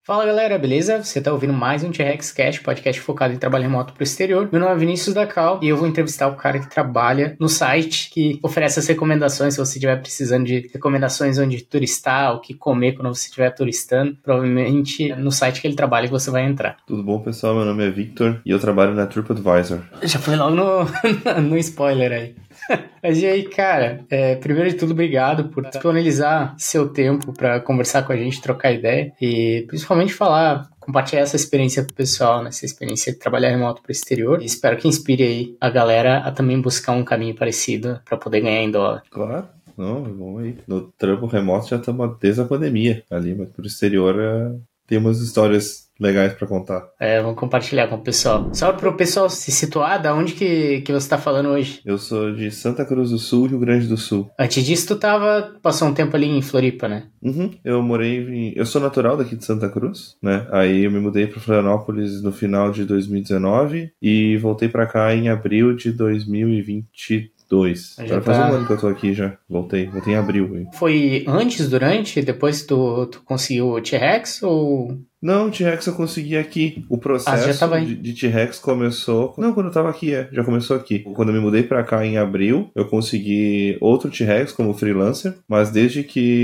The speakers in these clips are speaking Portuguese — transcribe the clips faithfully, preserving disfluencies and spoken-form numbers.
Fala galera, beleza? Você tá ouvindo mais um T-Rex Cast, podcast focado em trabalho remoto pro exterior. Meu nome é Vinícius da Cal e eu vou entrevistar o cara que trabalha no site que oferece as recomendações se você estiver precisando de recomendações onde turistar, o que comer quando você estiver turistando. Provavelmente no site que ele trabalha que você vai entrar. Tudo bom, pessoal? Meu nome é Victor e eu trabalho na TripAdvisor. Já foi logo no, no spoiler aí. Mas e aí, cara, é, primeiro de tudo, obrigado por disponibilizar seu tempo para conversar com a gente, trocar ideia e principalmente falar, compartilhar essa experiência com o pessoal, né? Essa experiência de trabalhar remoto para o exterior. E espero que inspire aí a galera a também buscar um caminho parecido para poder ganhar em dólar. Claro, não, é bom aí. No trampo remoto já estamos desde a pandemia ali, mas pro exterior é... tem umas histórias legais pra contar. É, vamos compartilhar com o pessoal. Só para o pessoal se situar, da onde que, que você tá falando hoje? Eu sou de Santa Cruz do Sul, Rio Grande do Sul. Antes disso, tu tava, passou um tempo ali em Floripa, né? Uhum, eu morei em... Eu sou natural daqui de Santa Cruz, né? Aí eu me mudei pra Florianópolis no final de dois mil e dezenove e voltei pra cá em abril de dois mil e vinte e dois. Já Já faz tá- um ano que eu tô aqui já. Voltei, voltei em abril. Aí. Foi antes, durante, depois que tu, tu conseguiu o T-Rex ou... Não, T-Rex eu consegui aqui. O processo Ah, já tava aí. de, de T-Rex começou... Não, quando eu tava aqui, é. Já começou aqui. Quando eu me mudei pra cá em abril, eu consegui outro T-Rex como freelancer, mas desde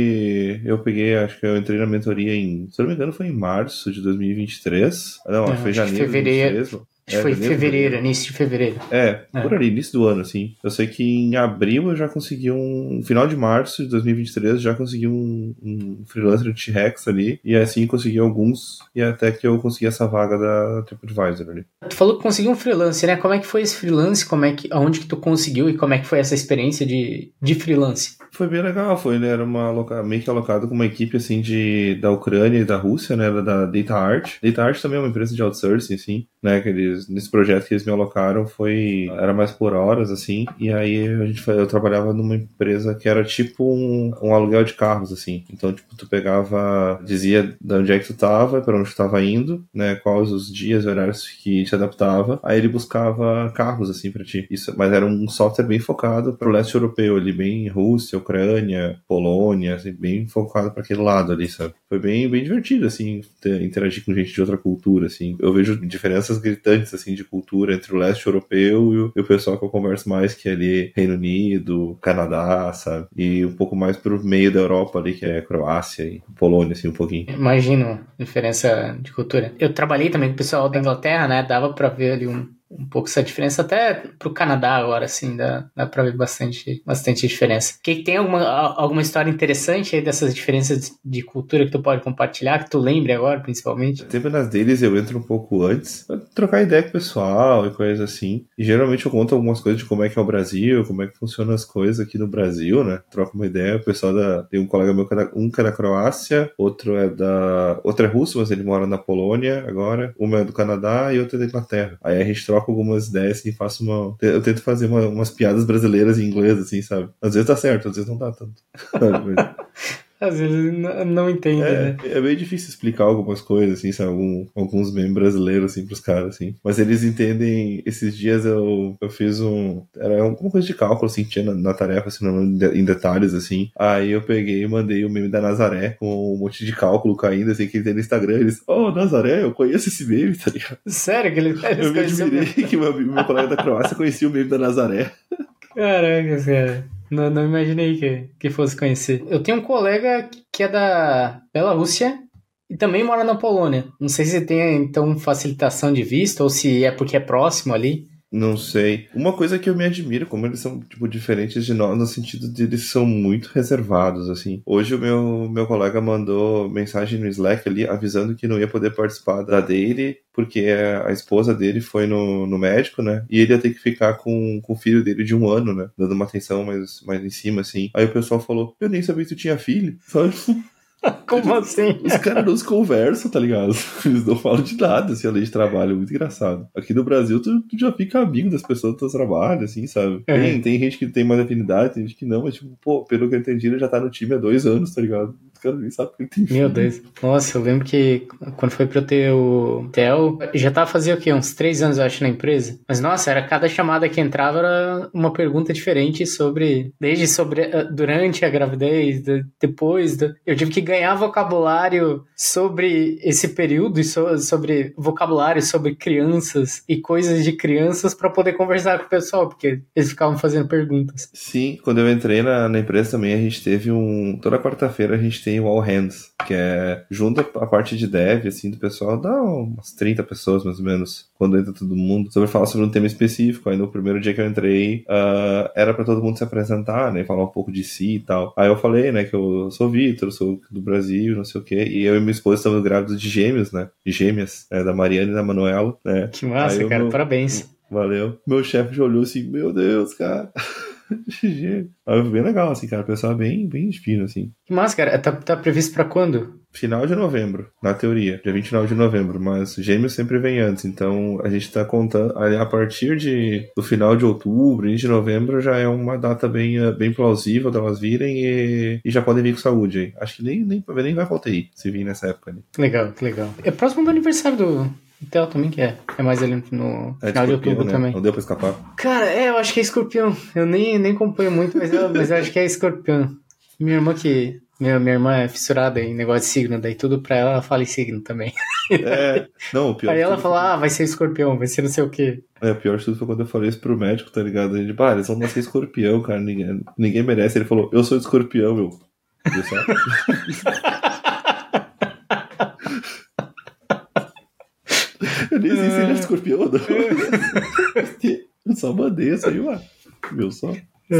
que eu peguei, acho que eu entrei na mentoria em... Se eu não me engano, foi em março de dois mil e vinte e três. Não, acho que foi Acho que janeiro de fevereiro. dois mil e vinte e três. Acho que foi fevereiro, início de fevereiro. É, É. por ali, início do ano, assim. Eu sei que em abril eu já consegui um... No final de março de dois mil e vinte e três, já consegui um, um freelancer de T-Rex ali. E assim consegui alguns. E até que eu consegui essa vaga da TripAdvisor ali. Tu falou que conseguiu um freelance, né? Como é que foi esse freelance? Como é que, aonde que tu conseguiu e como é que foi essa experiência de, de freelance? Foi bem legal, foi, ele era uma aloca... meio que alocado com uma equipe assim de da Ucrânia e da Rússia, né, da Data Art. Data Art também é uma empresa de outsourcing, assim, né, que eles, nesse projeto que eles me alocaram foi, era mais por horas, assim, e aí a gente, eu trabalhava numa empresa que era tipo um, um aluguel de carros, assim, então, tipo, tu pegava, dizia de onde é que tu tava, pra onde tu tava indo, né, quais os dias e horários que te adaptava, aí ele buscava carros, assim, pra ti. Isso, mas era um software bem focado pro leste europeu, ali, bem Rússia, Ucrânia, Polônia, assim, bem focado para aquele lado ali, sabe? Foi bem, bem divertido, assim, ter, interagir com gente de outra cultura, assim. Eu vejo diferenças gritantes, assim, de cultura entre o leste europeu e o, e o pessoal que eu converso mais, que é ali Reino Unido, Canadá, sabe? E um pouco mais pro meio da Europa ali, que é Croácia e Polônia, assim, um pouquinho. Imagino a diferença de cultura. Eu trabalhei também com o pessoal da Inglaterra, né? Dava pra ver ali um, um pouco essa diferença. Até pro Canadá agora, assim, dá, dá pra ver bastante, bastante diferença. Que tem alguma, alguma história interessante aí dessas diferenças de cultura que tu pode compartilhar, que tu lembre agora, principalmente? Sempre nas deles eu entro um pouco antes pra trocar ideia com o pessoal e coisas assim. E geralmente eu conto algumas coisas de como é que é o Brasil, como é que funcionam as coisas aqui no Brasil, né? Troco uma ideia. O pessoal da... Tem um colega meu que é da... Um que é da Croácia, outro é da... Outro é russo, mas ele mora na Polônia agora. Um é do Canadá e outro é da Inglaterra. Aí a gente troca algumas ideias assim, faço uma... Eu tento fazer uma... umas piadas brasileiras em inglês, assim, sabe? Às vezes tá certo, às vezes não dá tanto. Às vezes não, não entende, É, né? é bem difícil explicar algumas coisas, assim, sabe? Algum, alguns memes brasileiros, assim, pros caras, assim. Mas eles entendem... Esses dias eu, eu fiz um... Era alguma coisa de cálculo, assim, que tinha na, na tarefa, assim, não, em detalhes, assim. Aí eu peguei e mandei o meme da Nazaré com um monte de cálculo caindo, assim, que tem no Instagram. Eles... Oh, Nazaré, eu conheço esse meme, tá ligado? Sério que eles, eles Eu me admirei que meu, meu colega da Croácia conhecia o meme da Nazaré. Caraca, cara. Não, não imaginei que, que fosse conhecer. Eu tenho um colega que é da Bielorrússia e também mora na Polônia. Não sei se tem, então, facilitação de visto ou se é porque é próximo ali. Não sei. Uma coisa que eu me admiro, como eles são, tipo, diferentes de nós, no sentido de eles são muito reservados, assim. Hoje o meu, meu colega mandou mensagem no Slack ali, avisando que não ia poder participar da dele, porque a esposa dele foi no, no médico, né? E ele ia ter que ficar com, com o filho dele de um ano, né? Dando uma atenção mais, mais em cima, assim. Aí o pessoal falou, eu nem sabia que tu tinha filho. Sabe? Como assim? Os caras não se conversam, tá ligado? Eles não falam de nada, assim, além de trabalho. Muito engraçado. Aqui no Brasil, tu, tu já fica amigo das pessoas do teu trabalho, assim, sabe? Tem, É. tem gente que tem mais afinidade, tem gente que não, mas, tipo, pô, pelo que eu entendi, ele já tá no time há dois anos, tá ligado? Muito Os caras nem sabem que ele tem filho. Meu Deus. Nossa, eu lembro que quando foi pra eu ter o Theo, já tava fazendo o quê? Uns três anos, eu acho, na empresa. Mas, nossa, era cada chamada que entrava era uma pergunta diferente sobre... Desde sobre uh, durante a gravidez, de, depois... Do, eu tive que ganhar vocabulário sobre esse período e so, sobre vocabulário sobre crianças e coisas de crianças pra poder conversar com o pessoal, porque eles ficavam fazendo perguntas. Sim, quando eu entrei na, na empresa também, a gente teve um... Toda quarta-feira a gente tem o All Hands, que é junto a parte de dev, assim, do pessoal, dá umas trinta pessoas, mais ou menos, quando entra todo mundo, sobre falar sobre um tema específico. Aí no primeiro dia que eu entrei, uh, era pra todo mundo se apresentar, né, falar um pouco de si e tal. Aí eu falei, né, que eu sou o Vitor, sou do Brasil, não sei o quê, e eu e minha esposa estamos grávidos de gêmeos, né, de gêmeas, né, da Mariana e da Manuela, né. Que massa, Aí cara, meu... parabéns. Valeu. Meu chefe já olhou assim, meu Deus, cara. Aí foi bem legal, assim, cara. O pessoal é bem, bem fino, assim. Que massa, cara. Tá, tá previsto pra quando? Final de novembro, na teoria. Dia vinte e nove de novembro. Mas gêmeos sempre vem antes. Então a gente tá contando. A partir de, do final de outubro, início de novembro, já é uma data bem, bem plausível delas virem e, e já podem vir com saúde aí. Acho que nem, nem, nem vai faltar aí, se vir nessa época. Né? Legal, que legal. É próximo do aniversário do. O Theo também que é. É mais ali no é final de, de outubro, né? Também. Não deu pra escapar. Cara, é, eu acho que é escorpião. Eu nem, nem acompanho muito, mas eu, mas eu acho que é escorpião. Minha irmã que... Minha, minha irmã é fissurada em negócio de signo, daí tudo pra ela, ela fala em signo também. É, não, o pior. Aí ela fala, ah, vai ser escorpião, vai ser não sei o quê. É, o pior de tudo foi quando eu falei isso pro médico, tá ligado? Ele, pá, eles vão nascer escorpião, cara, ninguém, ninguém merece. Ele falou, eu sou de escorpião, meu. Viu só? Eu nem sei se ele é de escorpião ou não. Eu só mandei isso aí, mano. Meu só.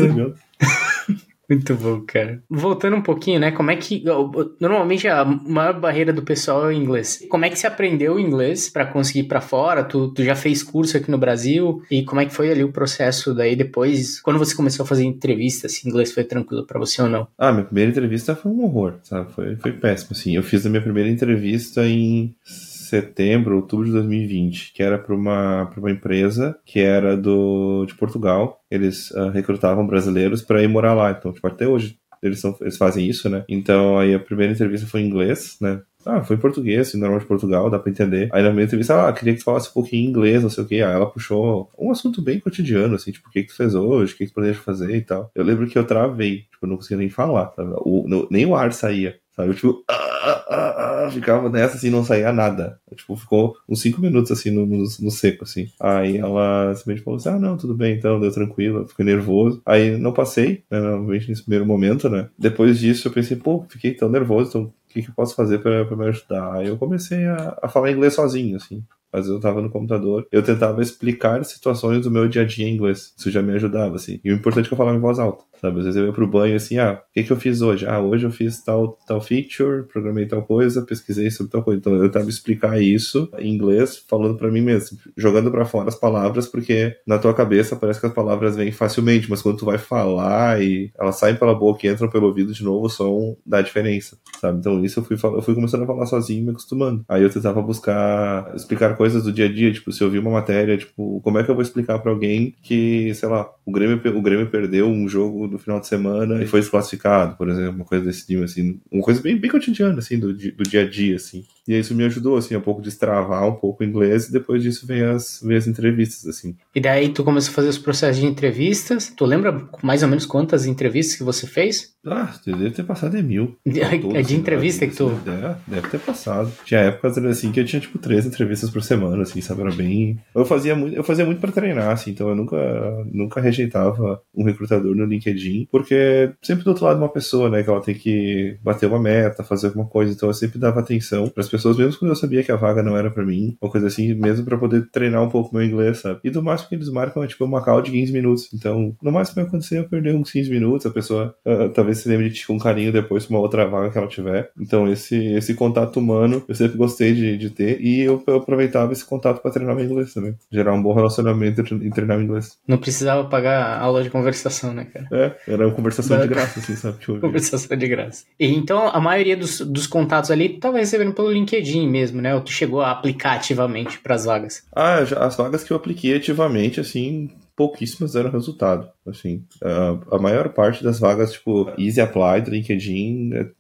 Muito bom, cara. Voltando um pouquinho, né? Como é que... Normalmente a maior barreira do pessoal é o inglês. Como é que você aprendeu o inglês pra conseguir ir pra fora? Tu, tu já fez curso aqui no Brasil? E como é que foi ali o processo daí depois? Quando você começou a fazer entrevista, se inglês foi tranquilo pra você ou não? Ah, minha primeira entrevista foi um horror, sabe? Foi, foi péssimo, assim. Eu fiz a minha primeira entrevista em... setembro, outubro de dois mil e vinte, que era para uma, para uma empresa que era do, de Portugal. Eles uh, recrutavam brasileiros para ir morar lá. Então, tipo, até hoje eles, são, eles fazem isso, né? Então, aí a primeira entrevista foi em inglês, né? Ah, foi em português, assim, normal de Portugal, dá pra entender. Aí na primeira entrevista, ah, queria que tu falasse um pouquinho em inglês, não sei o quê. Aí ela puxou um assunto bem cotidiano, assim, tipo, o que que tu fez hoje, o que que tu planeja fazer e tal. Eu lembro que eu travei, tipo, eu não conseguia nem falar, sabe? O, no, nem o ar saía, sabe? Eu, tipo, ah, ah, ah, ficava nessa, assim, não saía nada. Eu, tipo, ficou uns cinco minutos, assim, no, no, no seco, assim. Aí ela simplesmente falou assim, ah, não, tudo bem, então, deu tranquilo, eu fiquei nervoso. Aí não passei, né, normalmente nesse primeiro momento, né? Depois disso eu pensei, pô, fiquei tão nervoso, então o que, que eu posso fazer pra, pra me ajudar? Aí eu comecei a, a falar inglês sozinho, assim. Mas eu tava no computador, eu tentava explicar situações do meu dia a dia em inglês. Isso já me ajudava, assim. E o importante é que eu falava em voz alta, sabe? Às vezes eu ia pro banho, assim, ah, o que que eu fiz hoje? Ah, hoje eu fiz tal, tal feature, programei tal coisa, pesquisei sobre tal coisa. Então eu tentava explicar isso em inglês, falando pra mim mesmo, jogando pra fora as palavras, porque na tua cabeça parece que as palavras vêm facilmente, mas quando tu vai falar e elas saem pela boca e entram pelo ouvido de novo, o som dá diferença, sabe? Então isso eu fui, eu fui começando a falar sozinho, me acostumando. Aí eu tentava buscar, explicar coisas do dia a dia, tipo, se eu vi uma matéria, tipo, como é que eu vou explicar pra alguém que, sei lá, o Grêmio, o Grêmio perdeu um jogo no final de semana e foi desclassificado, por exemplo, uma coisa desse tipo, assim, uma coisa bem, bem cotidiana, assim, do, do dia a dia, assim. E isso me ajudou, assim, um pouco a destravar um pouco o inglês e depois disso veio as, veio as entrevistas, assim. E daí tu começou a fazer os processos de entrevistas, tu lembra mais ou menos quantas entrevistas que você fez? Ah, deve ter passado de mil. É de entrevista que tu... Deve, deve ter passado. Tinha épocas, assim, que eu tinha, tipo, três entrevistas por semana, assim, sabe? Era bem... Eu fazia muito, eu fazia muito pra treinar, assim, então eu nunca, nunca rejeitava um recrutador no LinkedIn, porque sempre do outro lado uma pessoa, né, que ela tem que bater uma meta, fazer alguma coisa, então eu sempre dava atenção pras pessoas, mesmo quando eu sabia que a vaga não era pra mim, ou coisa assim, mesmo pra poder treinar um pouco meu inglês, sabe? E do máximo que eles marcam é, tipo, uma call de quinze minutos, então, no máximo que vai acontecer é eu perder uns quinze minutos, a pessoa uh, talvez se lembre de ti com carinho depois pra uma outra vaga que ela tiver. Então esse, esse contato humano eu sempre gostei de, de ter, e eu, eu aproveitava esse contato pra treinar meu inglês também. Gerar um bom relacionamento em treinar o inglês. Não precisava pagar aula de conversação, né, cara? É, era uma conversação da... de graça, assim, sabe? Tipo, conversação de graça. E então a maioria dos, dos contatos ali tu tava recebendo pelo LinkedIn mesmo, né? Ou tu chegou a aplicar ativamente pras vagas? Ah, já, as vagas que eu apliquei ativamente, assim, pouquíssimas deram resultado, assim. A, a maior parte das vagas, tipo, Easy Apply do LinkedIn,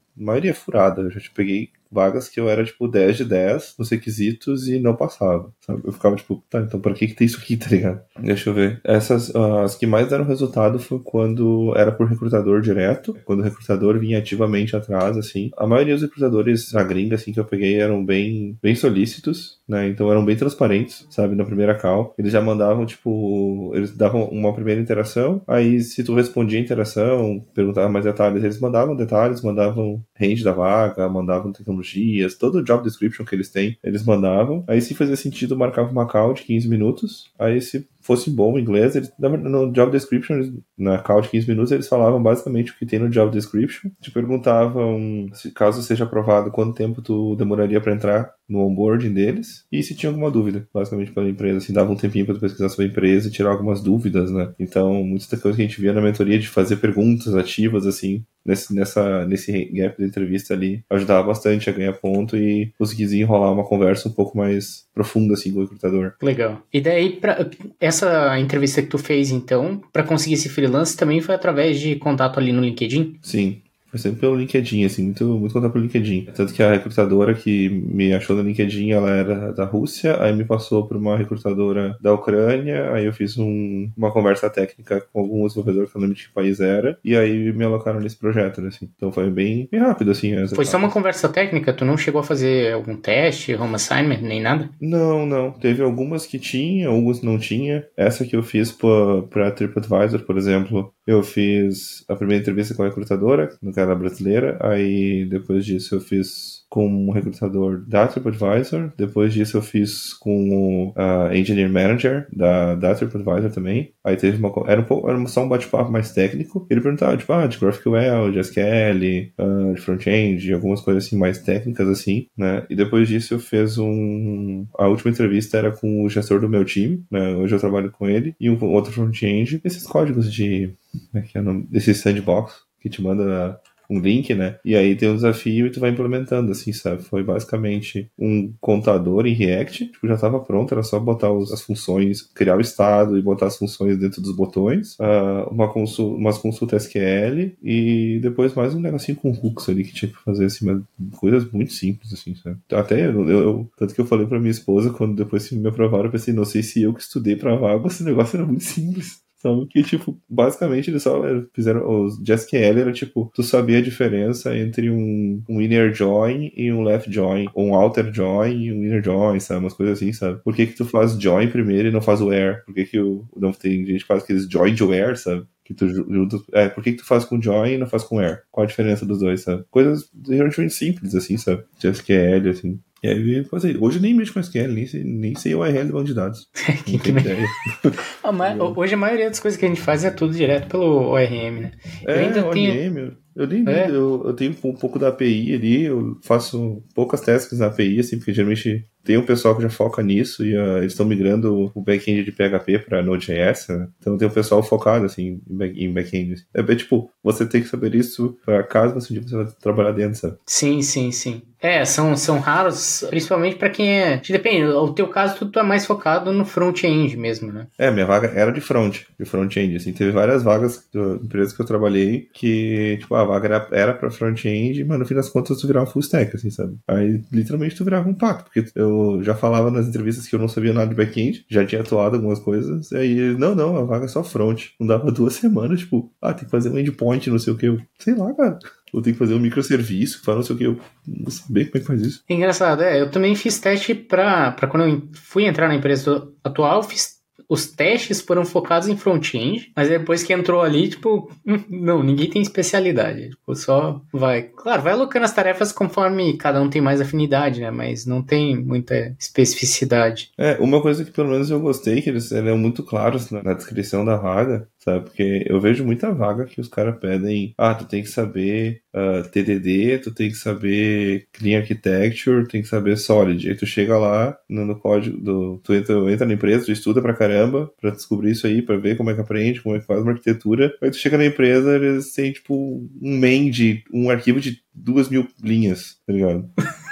maioria furada. Eu já te peguei vagas que eu era, tipo, dez de dez nos requisitos e não passava, sabe? Eu ficava, tipo, tá, então pra que que tem isso aqui, tá ligado? Deixa eu ver. Essas, as que mais deram resultado foi quando era por recrutador direto, quando o recrutador vinha ativamente atrás, assim. A maioria dos recrutadores na gringa, assim, que eu peguei eram bem, bem solícitos, né? Então eram bem transparentes, sabe? Na primeira call. Eles já mandavam, tipo, eles davam uma primeira interação, aí se tu respondia a interação, perguntava mais detalhes, eles mandavam detalhes, mandavam range da vaga, mandavam tecnologias, todo o job description que eles têm, eles mandavam. Aí se fazia sentido, marcava uma call de quinze minutos. Aí se fosse bom o inglês, eles, no job description, eles, na call de quinze minutos, eles falavam basicamente o que tem no job description. Te perguntavam, se caso seja aprovado, quanto tempo tu demoraria para entrar no onboarding deles, e se tinha alguma dúvida, basicamente pela empresa, assim, dava um tempinho para tu pesquisar sobre a empresa e tirar algumas dúvidas, né? Então, muitas das coisas que a gente via na mentoria de fazer perguntas ativas, assim, nesse, nessa, nesse gap de entrevista ali, ajudava bastante a ganhar ponto e conseguir desenrolar uma conversa um pouco mais profunda, assim, com o recrutador. Legal. E daí, pra, essa entrevista que tu fez, então, para conseguir esse freelance também foi através de contato ali no LinkedIn? Sim. Foi sempre pelo LinkedIn, assim, muito, muito contato pelo LinkedIn. Tanto que a recrutadora que me achou no LinkedIn, ela era da Rússia, aí me passou por uma recrutadora da Ucrânia, aí eu fiz um, uma conversa técnica com algum desenvolvedor que eu não lembro de que país era, e aí me alocaram nesse projeto, né, assim. Então foi bem, bem rápido, assim. Foi etapas. Só uma conversa técnica? Tu não chegou a fazer algum teste, home assignment, nem nada? Não, não. Teve algumas que tinha, algumas não tinha. Essa que eu fiz pra, pra TripAdvisor, por exemplo, eu fiz a primeira entrevista com a recrutadora, no caso brasileira, aí depois disso eu fiz com um recrutador da TripAdvisor, depois disso eu fiz com o uh, Engineer Manager da, da TripAdvisor também, aí teve uma, era, um pouco, era só um bate-papo mais técnico, ele perguntava, tipo, ah, de GraphQL, de S Q L, uh, de front-end, algumas coisas assim mais técnicas assim, né, e depois disso eu fiz um, a última entrevista era com o gestor do meu time, né, hoje eu trabalho com ele, e um outro front-end, esses códigos de, como é que é o nome, desse sandbox, que te manda um link, né? E aí tem um desafio e tu vai implementando, assim, sabe? Foi basicamente um contador em React, tipo, já estava pronto, era só botar os, as funções, criar o estado e botar as funções dentro dos botões, uh, uma consul, umas consultas S Q L e depois mais um negocinho com hooks ali que tinha que fazer, assim, mas coisas muito simples, assim, sabe? Até eu, eu tanto que eu falei pra minha esposa, quando depois que me aprovaram, eu pensei, não sei se eu que estudei pra vaga, esse negócio era muito simples. Sabe? Que, tipo, basicamente eles só fizeram. Os de S Q L era tipo, tu sabia a diferença entre um, um inner join e um left join, ou um outer join e um inner join, sabe? Umas coisas assim, sabe? Por que que tu faz join primeiro e não faz where? Por que que o. Não tem gente que faz aqueles join de where, sabe? Que tu junta. É, por que que tu faz com join e não faz com where? Qual a diferença dos dois, sabe? Coisas relativamente simples, assim, sabe? De S Q L, assim. E aí, assim, hoje eu nem mexo com S Q L, nem sei, nem sei o U R L do banco de dados. que, que ideia. Hoje a maioria das coisas que a gente faz é tudo direto pelo O R M, né? É, eu ainda O R M, tenho... eu, eu nem lido, é. eu, eu tenho um pouco da A P I ali, eu faço poucas tasks na A P I, assim, porque geralmente tem um pessoal que já foca nisso e uh, eles estão migrando o back-end de P H P para Node.js, né? Então tem um pessoal focado, assim, em, back, em back-end. É bem, tipo, você tem que saber isso para caso você, você vai trabalhar dentro, sabe? Sim, sim, sim. É, são, são raros, principalmente para quem é... Depende, o teu caso tu, tu é mais focado no front-end mesmo, né? É, minha vaga era de front, de front-end, assim, teve várias vagas da empresa que eu trabalhei que, tipo, a vaga era, era pra front-end, mas no fim das contas tu virava full stack, assim, sabe? Aí, literalmente, tu virava um pato, porque eu já falava nas entrevistas que eu não sabia nada de back-end, já tinha atuado algumas coisas, e aí, não, não, a vaga é só front. Não dava duas semanas, tipo, ah, tem que fazer um endpoint, não sei o que, eu, sei lá, cara. Ou tem que fazer um microserviço, fala não sei o que, eu não saber como é que faz isso. Engraçado, é, eu também fiz teste pra, pra quando eu fui entrar na empresa atual, eu fiz os testes foram focados em front-end, mas depois que entrou ali, tipo, não, ninguém tem especialidade, tipo, só vai. Claro, vai alocando as tarefas conforme cada um tem mais afinidade, né, mas não tem muita especificidade. É, uma coisa que pelo menos eu gostei, que eles eram muito claros na, na descrição da vaga, sabe, porque eu vejo muita vaga que os caras pedem, ah, tu tem que saber uh, T D D, tu tem que saber Clean Architecture, tem que saber Solid, aí tu chega lá no, no código, do, tu entra, entra na empresa, tu estuda pra caramba, pra descobrir isso aí, pra ver como é que aprende, como é que faz uma arquitetura. Aí tu chega na empresa, eles têm, tipo, um main de um arquivo de duas mil linhas, tá ligado?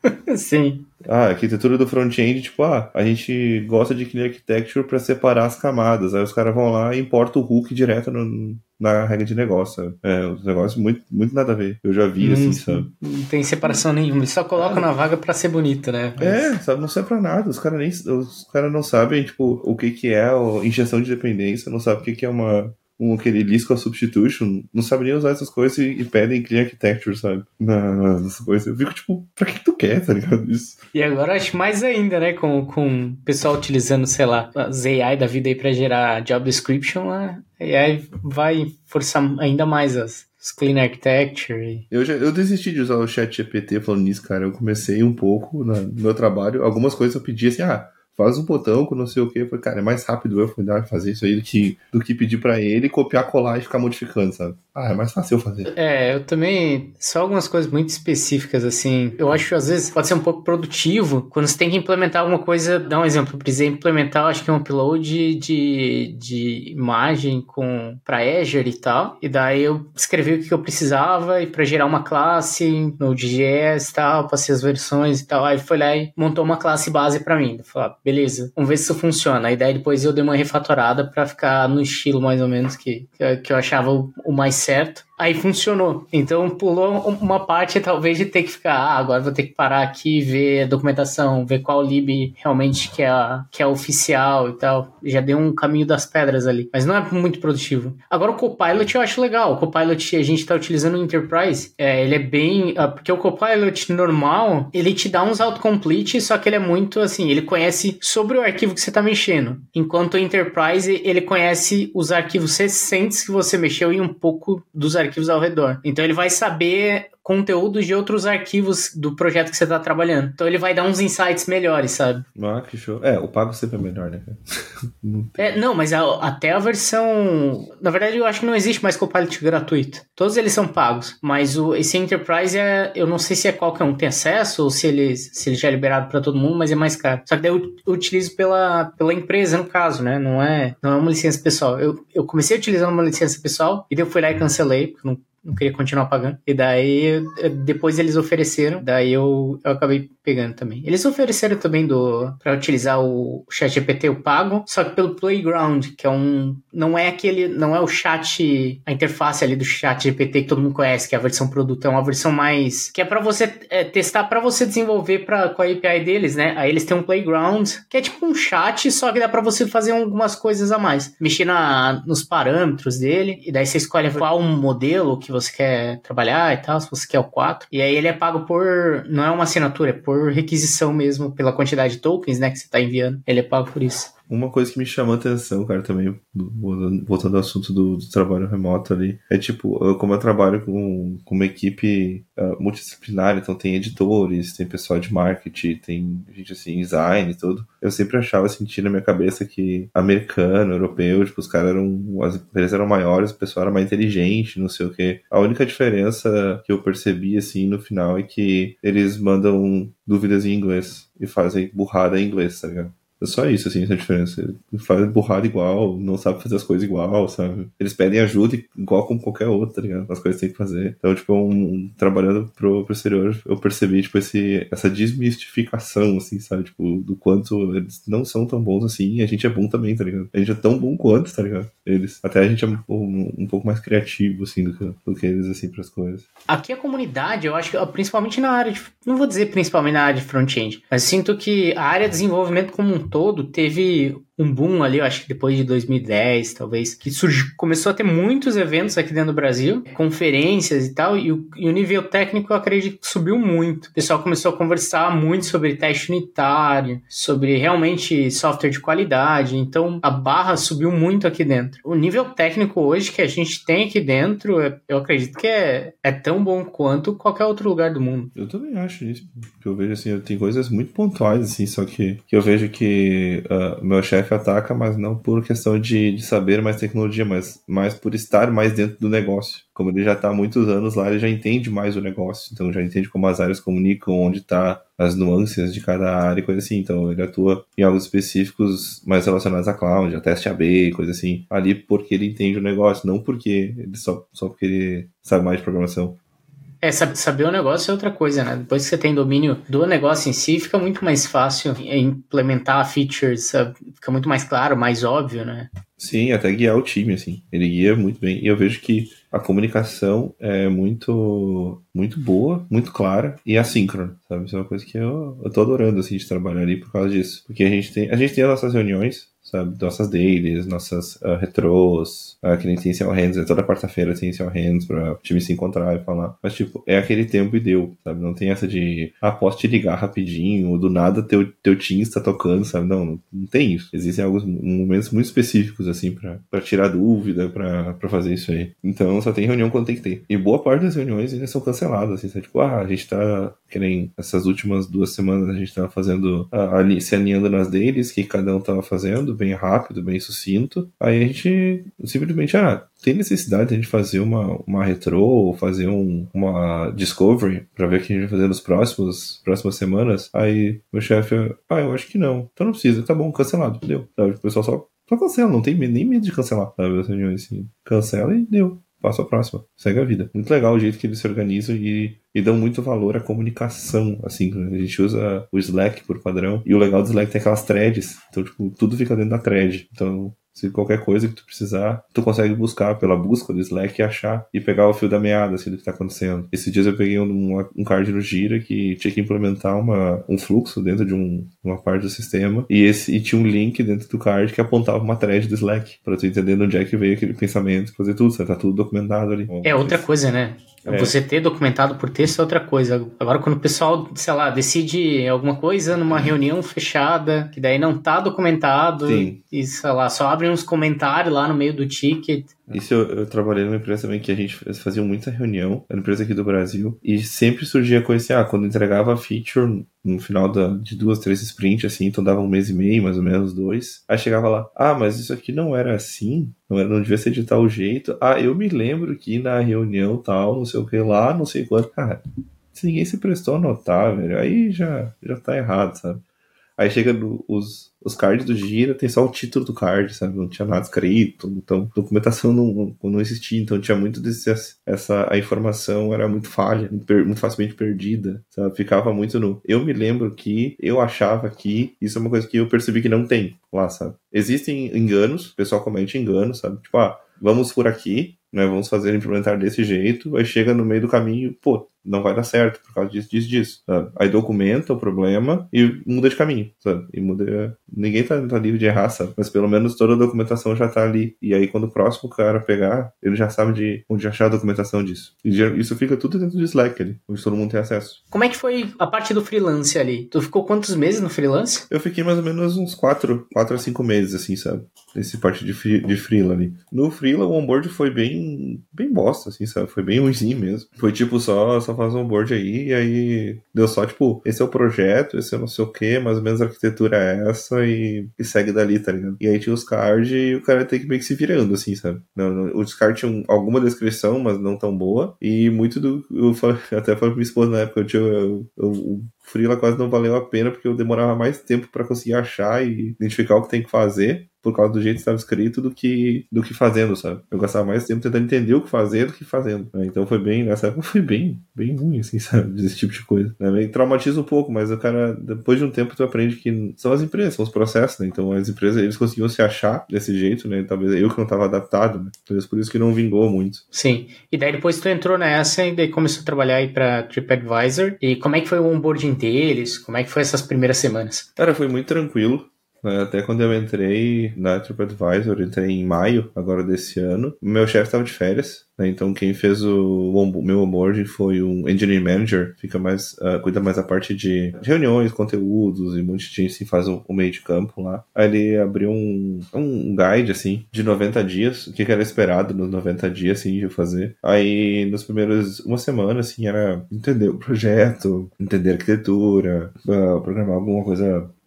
Sim. Ah, a arquitetura do front-end, tipo, ah, a gente gosta de clean architecture para separar as camadas. Aí os caras vão lá e importam o hook direto no, na regra de negócio, sabe? É, um negócio muito, muito nada a ver. Eu já vi, Não, assim, sabe? não tem separação nenhuma. Eles só colocam na vaga pra ser bonito, né? É, Mas... sabe, não serve pra nada. Os caras nem, os cara não sabem, tipo, o que que é a injeção de dependência, não sabem o que que é uma, um, aquele Liskell substitution, não sabem nem usar essas coisas e, e pedem clean architecture, sabe? Nas coisas. Eu fico, tipo, pra que tu quer, tá ligado? Isso. E agora acho mais ainda, né? Com, com o pessoal utilizando, sei lá, as A I da vida aí pra gerar job description, a AI vai forçar ainda mais as, as clean architecture. Eu, já, eu desisti de usar o chat G P T falando nisso, cara. Eu comecei um pouco na, no meu trabalho. Algumas coisas eu pedi assim, ah, faz um botão com não sei o que. Eu falei, cara, é mais rápido eu fazer isso aí do que, do que pedir pra ele, copiar, colar e ficar modificando, sabe? Ah, é mais fácil eu fazer. É, eu também, só algumas coisas muito específicas, assim, eu acho que às vezes pode ser um pouco produtivo quando você tem que implementar alguma coisa, dá um exemplo, eu precisei implementar, acho que um upload de, de imagem com, pra Azure e tal, e daí eu escrevi o que eu precisava e pra gerar uma classe no Node.js e tal, passei as versões e tal, aí foi lá e montou uma classe base pra mim, eu falei, ah, beleza, vamos ver se isso funciona, aí daí depois eu dei uma refatorada pra ficar no estilo mais ou menos que, que eu achava o, o mais certo. Aí funcionou. Então pulou uma parte talvez de ter que ficar, ah, agora vou ter que parar aqui e ver a documentação, ver qual lib realmente que é, a, que é oficial e tal. Já deu um caminho das pedras ali. Mas não é muito produtivo. Agora o Copilot eu acho legal. O Copilot a gente tá utilizando no Enterprise. É, ele é bem... Porque o Copilot normal, ele te dá uns autocomplete, só que ele é muito assim, ele conhece sobre o arquivo que você tá mexendo. Enquanto o Enterprise, ele conhece os arquivos recentes que você mexeu e um pouco dos arquivos ao redor. Então ele vai saber conteúdos de outros arquivos do projeto que você está trabalhando. Então ele vai dar uns insights melhores, sabe? Ah, que show. É, o pago sempre é melhor, né? não, é, não, mas a, até a versão... Na verdade, eu acho que não existe mais Copilot gratuito. Todos eles são pagos. Mas o, esse Enterprise, é, eu não sei se é qualquer um tem acesso ou se ele, se ele já é liberado para todo mundo, mas é mais caro. Só que daí eu, eu utilizo pela, pela empresa, no caso, né? Não é, não é uma licença pessoal. Eu, eu comecei utilizando uma licença pessoal e daí eu fui lá e cancelei, porque não não queria continuar pagando. E daí, depois eles ofereceram, daí eu, eu acabei pegando também. Eles ofereceram também do para utilizar o ChatGPT, o pago, só que pelo Playground, que é um... Não é aquele... Não é o chat... A interface ali do ChatGPT que todo mundo conhece, que é a versão produto. É uma versão mais... Que é pra você é, testar, pra você desenvolver pra, com a A P I deles, né? Aí eles têm um Playground, que é tipo um chat, só que dá pra você fazer algumas coisas a mais. Mexer na, nos parâmetros dele, e daí você escolhe qual modelo que você quer trabalhar e tal, se você quer o quatro. E aí ele é pago por... Não é uma assinatura, é por requisição mesmo, pela quantidade de tokens, né, que você tá enviando. Ele é pago por isso. Uma coisa que me chamou a atenção, cara, também, voltando ao assunto do, do trabalho remoto ali, é tipo, eu, como eu trabalho com, com uma equipe uh, multidisciplinar, então tem editores, tem pessoal de marketing, tem gente assim, design e tudo, eu sempre achava, sentir na minha cabeça que americano, europeu, tipo, os caras eram, as empresas eram maiores, o pessoal era mais inteligente, não sei o quê. A única diferença que eu percebi, assim, no final é que eles mandam dúvidas em inglês e fazem burrada em inglês, tá ligado? É só isso, assim, essa diferença. Eles fazem burrada igual, não sabem fazer as coisas igual, sabe? Eles pedem ajuda igual como qualquer outro, tá ligado? As coisas que tem que fazer. Então, tipo, um, um, trabalhando pro, pro exterior, eu percebi, tipo, esse, essa desmistificação, assim, sabe? Tipo, do quanto eles não são tão bons assim e a gente é bom também, tá ligado? A gente é tão bom quanto, tá ligado? Eles. Até a gente é um, um, um pouco mais criativo, assim, do que, do que eles, assim, pras coisas. Aqui a comunidade, eu acho que, principalmente na área de... Não vou dizer principalmente na área de front-end, mas sinto que a área de desenvolvimento como um todo teve um boom ali, eu acho que depois de dois mil e dez, talvez, que surgiu, começou a ter muitos eventos aqui dentro do Brasil, conferências e tal, e o, e o nível técnico eu acredito que subiu muito. O pessoal começou a conversar muito sobre teste unitário, sobre realmente software de qualidade, então a barra subiu muito aqui dentro. O nível técnico hoje que a gente tem aqui dentro, eu acredito que é, é tão bom quanto qualquer outro lugar do mundo. Eu também acho isso, porque eu vejo assim, tem coisas muito pontuais, assim, só que, que eu vejo que uh, meu chefe ataca, mas não por questão de, de saber mais tecnologia, mas mais por estar mais dentro do negócio. Como ele já está há muitos anos lá, ele já entende mais o negócio, então já entende como as áreas comunicam, onde está as nuances de cada área e coisa assim. Então ele atua em algo específicos mais relacionados a cloud, a teste A B, coisa assim, ali porque ele entende o negócio, não porque ele só, só porque ele sabe mais de programação. É, saber o negócio é outra coisa, né? Depois que você tem domínio do negócio em si, fica muito mais fácil implementar features, sabe? Fica muito mais claro, mais óbvio, né? Sim, até guiar o time, assim. Ele guia muito bem. E eu vejo que a comunicação é muito, muito boa, muito clara e assíncrona, sabe? Isso é uma coisa que eu, eu tô adorando, assim, de trabalhar ali por causa disso. Porque a gente tem, a gente tem as nossas reuniões, sabe? Nossas dailies, nossas uh, retros, uh, que nem tem Inicial Hands, né? Toda quarta-feira tem Inicial Hands pra o time se encontrar e falar. Mas, tipo, é aquele tempo e deu, sabe? Não tem essa de, ah, posso te ligar rapidinho, ou do nada teu, teu team está tocando, sabe? Não, não, não tem isso. Existem alguns momentos muito específicos, assim, pra, pra tirar dúvida, pra, pra fazer isso aí. Então, só tem reunião quando tem que ter. E boa parte das reuniões ainda são canceladas, assim, sabe? Tipo, ah, a gente tá, que nem essas últimas duas semanas a gente tava fazendo, uh, ali, se alinhando nas dailies, que cada um tava fazendo, bem rápido, bem sucinto. Aí a gente simplesmente, ah, tem necessidade de a gente fazer uma, uma retro ou fazer um, uma discovery pra ver o que a gente vai fazer nos próximos próximas semanas? Aí meu chefe, ah, eu acho que não. Então não precisa, tá bom, cancelado, deu. Sabe? O pessoal só, só cancela, não tem nem medo de cancelar, sabe? As reuniões assim, cancela e deu. Passa a próxima, segue a vida. Muito legal o jeito que eles se organizam e, e dão muito valor à comunicação, assim, a gente usa o Slack por padrão, e o legal do Slack tem aquelas threads, então, tipo, tudo fica dentro da thread, então, se qualquer coisa que tu precisar, tu consegue buscar pela busca do Slack e achar, e pegar o fio da meada, assim, do que tá acontecendo. Esses dias eu peguei um, um card no Gira que tinha que implementar uma, um fluxo dentro de um, uma parte do sistema, e, esse, e tinha um link dentro do card que apontava uma thread do Slack, pra tu entender de onde é que veio aquele pensamento, fazer tudo, sabe? Tá tudo documentado ali. É outra coisa, né? É. Você ter documentado por texto é outra coisa. Agora, quando o pessoal, sei lá, decide alguma coisa numa reunião fechada, que daí não tá documentado, Sim. e, sei lá, só abre uns comentários lá no meio do ticket. Isso eu, eu trabalhei numa empresa também que a gente fazia muita reunião, era uma empresa aqui do Brasil, e sempre surgia coisa assim, ah, quando entregava a feature no final da, de duas, três sprints, assim, então dava um mês e meio, mais ou menos, dois, aí chegava lá, ah, mas isso aqui não era assim, não, era, não devia ser de tal jeito, ah, eu me lembro que na reunião tal, não sei o que lá, não sei quanto, cara, se ninguém se prestou a notar, velho, aí já, já tá errado, sabe? Aí chega no, os, os cards do Gira, tem só o título do card, sabe? Não tinha nada escrito, então documentação não, não existia, então tinha muito desse, essa, a informação era muito falha, muito facilmente perdida, sabe? Ficava muito no, eu me lembro que, eu achava que, isso é uma coisa que eu percebi que não tem lá, sabe? Existem enganos, o pessoal comete enganos, sabe? Tipo, ah, vamos por aqui, né? Vamos fazer implementar desse jeito, aí chega no meio do caminho, pô, não vai dar certo por causa disso, disso, disso, sabe? Aí documenta o problema e muda de caminho, sabe? E muda... Ninguém tá, tá livre de errar, sabe? Mas pelo menos toda a documentação já tá ali. E aí quando o próximo cara pegar, ele já sabe de onde achar a documentação disso. E isso fica tudo dentro do Slack ali, onde todo mundo tem acesso. Como é que foi a parte do freelance ali? Tu ficou quantos meses no freelance? Eu fiquei mais ou menos uns quatro, quatro a cinco meses, assim, sabe? Nesse parte de, free, de freela ali. No freela, o onboard foi bem, bem bosta, assim, sabe? Foi bem ruimzinho mesmo. Foi tipo só, só faz um onboard aí, e aí deu só, tipo, esse é o projeto, esse é não sei o que, mais ou menos a arquitetura é essa, e, e segue dali, tá ligado? E aí tinha os cards e o cara tem que meio que se virando, assim, sabe? Não, não, os cards tinham alguma descrição, mas não tão boa, e muito do... Eu falei, até falei pra minha esposa na época, eu tinha... Eu, eu, o freela quase não valeu a pena, porque eu demorava mais tempo pra conseguir achar e identificar o que tem que fazer, por causa do jeito que estava escrito, do que, do que fazendo, sabe? Eu gastava mais tempo tentando entender o que fazer do que fazendo, né? Então foi bem, nessa época foi bem, bem ruim, assim, sabe? Desse tipo de coisa, né? Me traumatiza um pouco, mas o cara, depois de um tempo tu aprende que são as empresas, são os processos, né? Então as empresas, eles conseguiam se achar desse jeito, né? Talvez eu que não estava adaptado, né? Talvez por isso que não vingou muito. Sim. E daí depois tu entrou nessa e daí começou a trabalhar aí pra TripAdvisor. E como é que foi o onboarding deles? Como é que foi essas primeiras semanas? Cara, foi muito tranquilo. Até quando eu entrei na TripAdvisor, eu entrei em maio agora desse ano, meu chefe estava de férias, né? Então quem fez o, o meu onboarding foi um engineering manager, fica mais, uh, cuida mais da parte de, de reuniões, conteúdos, e um monte de gente assim, faz o, o meio de campo lá. Aí ele abriu um, um guide assim de noventa dias, o que, que era esperado nos noventa dias assim, de fazer. Aí nos primeiros uma semana assim, era entender o projeto, entender a arquitetura, uh, programar alguma coisa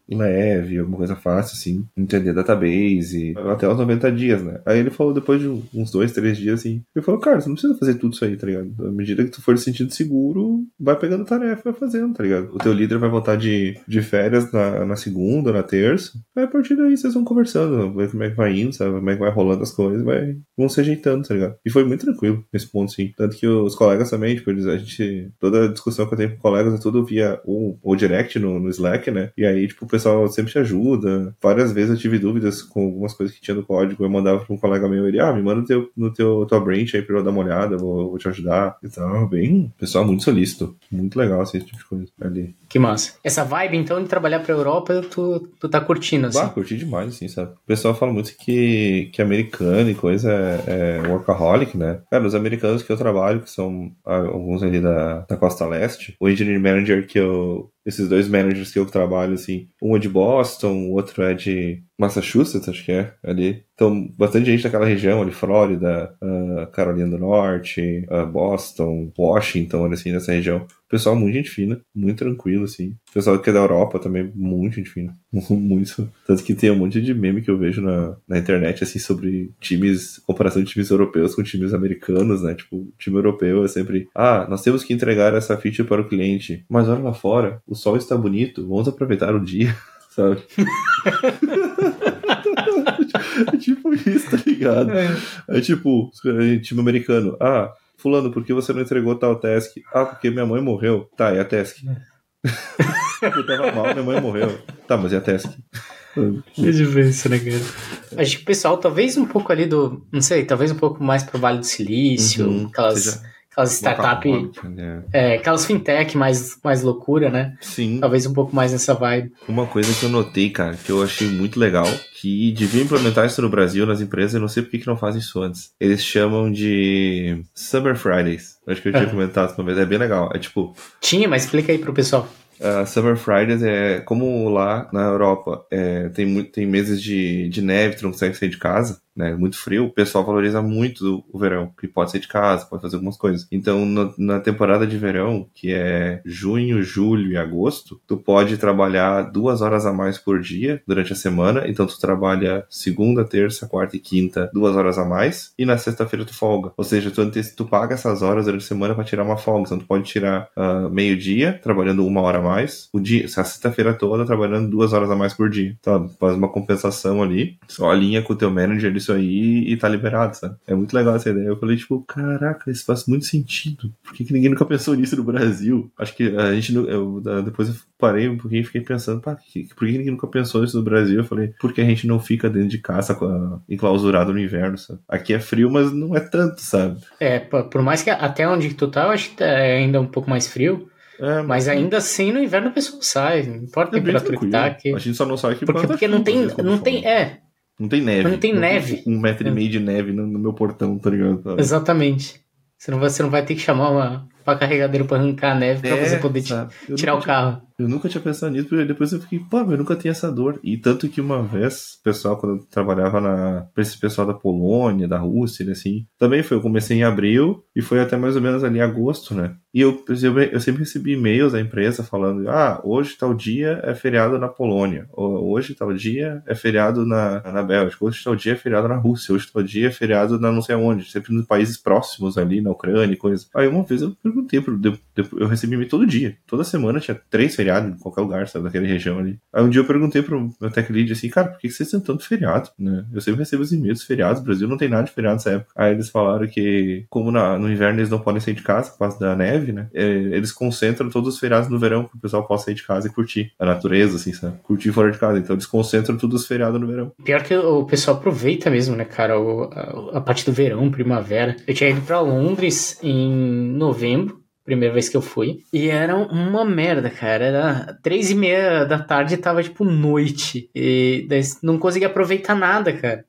leve, alguma coisa fácil, assim, entender database, até os noventa dias, né? Aí ele falou, depois de uns dois, três dias, assim, ele falou, cara, você não precisa fazer tudo isso aí, tá ligado? À medida que tu for se sentindo seguro, vai pegando tarefa e vai fazendo, tá ligado? O teu líder vai voltar de, de férias na, na segunda, na terça, aí a partir daí vocês vão conversando, ver como é que vai indo, sabe? Como é que vai rolando as coisas, vai, vão se ajeitando, tá ligado? E foi muito tranquilo nesse ponto, sim. Tanto que os colegas também, tipo, eles, a gente, toda a discussão que eu tenho com colegas é tudo via o, o direct no, no Slack, né? E aí, tipo, o pessoal sempre te ajuda. Várias vezes eu tive dúvidas com algumas coisas que tinha no código, eu mandava pra um colega meu, ele, ah, me manda no teu, no teu tua branch aí pra eu dar uma olhada, eu vou, eu vou te ajudar. Então, bem, pessoal muito solícito. Muito legal, assim, esse tipo de coisa ali. Que massa. Essa vibe, então, de trabalhar pra Europa, tu, tu tá curtindo, assim? Bah, curti demais, assim, sabe? O pessoal fala muito que, que americano e coisa é, é workaholic, né? Cara, os americanos que eu trabalho, que são alguns ali da, da Costa Leste, o engineering manager que eu... Esses dois managers que eu trabalho, assim, um é de Boston, o outro é de Massachusetts, acho que é, ali. Então, bastante gente daquela região ali, Flórida, uh, Carolina do Norte, uh, Boston, Washington, assim, nessa região. Pessoal muito gente fina, muito tranquilo, assim. Pessoal que é da Europa também, muito gente fina. Muito. Tanto que tem um monte de meme que eu vejo na, na internet, assim, sobre times, comparação de times europeus com times americanos, né? Tipo, o time europeu é sempre, ah, nós temos que entregar essa feature para o cliente, mas olha lá fora, o sol está bonito, vamos aproveitar o dia, sabe? É tipo isso, tá ligado? É, é tipo, time americano, ah, fulano, por que você não entregou tal task? Ah, porque minha mãe morreu. Tá, e a task? Eu tava mal, minha mãe morreu. Tá, mas e a task? Que diferença, né, cara? Acho que o pessoal, talvez um pouco ali do... Não sei, talvez um pouco mais pro Vale do Silício, Uhum, aquelas, seja, aquelas startups... né? É, aquelas fintech mais, mais loucura, né? Sim. Talvez um pouco mais nessa vibe. Uma coisa que eu notei, cara, que eu achei muito legal, que devia implementar isso no Brasil, nas empresas, eu não sei por que que não fazem isso antes. Eles chamam de Summer Fridays. Acho que eu tinha uhum. comentado uma vez, é bem legal. É tipo... Tinha, mas explica aí pro pessoal. Uh, Summer Fridays é como lá na Europa é, tem, muito, tem meses de, de neve, tu não consegue sair de casa, né? Muito frio, o pessoal valoriza muito o verão, que pode sair de casa, pode fazer algumas coisas. Então, no, na temporada de verão, que é junho, julho e agosto, tu pode trabalhar duas horas a mais por dia durante a semana. Então, tu trabalha segunda, terça, quarta e quinta, duas horas a mais, e na sexta-feira tu folga. Ou seja, tu, tu paga essas horas durante a semana para tirar uma folga. Então, tu pode tirar uh, meio-dia, trabalhando uma hora a mais, o dia, a sexta-feira toda trabalhando duas horas a mais por dia. Então, faz uma compensação ali, só alinha com o teu manager isso aí e tá liberado, sabe? É muito legal essa ideia. Eu falei, tipo, caraca, isso faz muito sentido. Por que, que ninguém nunca pensou nisso no Brasil? Acho que a gente, eu, depois eu parei um pouquinho e fiquei pensando, pá, por que, por que ninguém nunca pensou nisso no Brasil? Eu falei, porque a gente não fica dentro de casa enclausurado no inverno, sabe? Aqui é frio, mas não é tanto, sabe? É, por mais que até onde tu tá, eu acho que é ainda um pouco mais frio. É, mas, mas ainda assim no inverno a pessoa sai, não importa a é temperatura que tá aqui. A gente só não sai aqui porque, porque não tem, não tem, é. Não tem neve. Não tem não neve. Tem um metro e meio de neve no, no meu portão, tá ligado? Sabe? Exatamente. Você não vai, você não vai ter que chamar uma, uma carregadeira pra arrancar a neve pra é, você poder tirar o carro. Tinha, eu nunca tinha pensado nisso, porque depois eu fiquei, pô, eu nunca tinha essa dor. E tanto que uma vez, o pessoal, quando eu trabalhava na, pra esse pessoal da Polônia, da Rússia, assim, também foi, eu comecei em abril e foi até mais ou menos ali agosto, né? E eu, eu, eu sempre recebi e-mails da empresa falando, ah, hoje tal dia é feriado na Polônia, ou, hoje tal dia é feriado na, na Bélgica, hoje tal dia é feriado na Rússia, hoje tal dia é feriado na não sei aonde, sempre nos países próximos ali, na Ucrânia e coisa. Aí uma vez eu perguntei, pro, eu recebi e-mail todo dia, toda semana tinha três feriados em qualquer lugar, sabe, daquela região ali. Aí um dia eu perguntei pro meu tech lead assim, cara, por que vocês têm tanto feriado, né? Eu sempre recebo os e-mails feriados, o Brasil não tem nada de feriado nessa época. Aí eles falaram que, como na, no inverno eles não podem sair de casa por causa da neve, né? É, eles concentram todos os feriados no verão, que o pessoal possa sair de casa e curtir a natureza, assim, sabe? Curtir fora de casa. Então eles concentram todos os feriados no verão. Pior que o pessoal aproveita mesmo, né, cara? O, a, a parte do verão, primavera. Eu tinha ido pra Londres em novembro. Primeira vez que eu fui. E era uma merda, cara. Era três e meia da tarde e tava, tipo, noite. E daí não conseguia aproveitar nada, cara.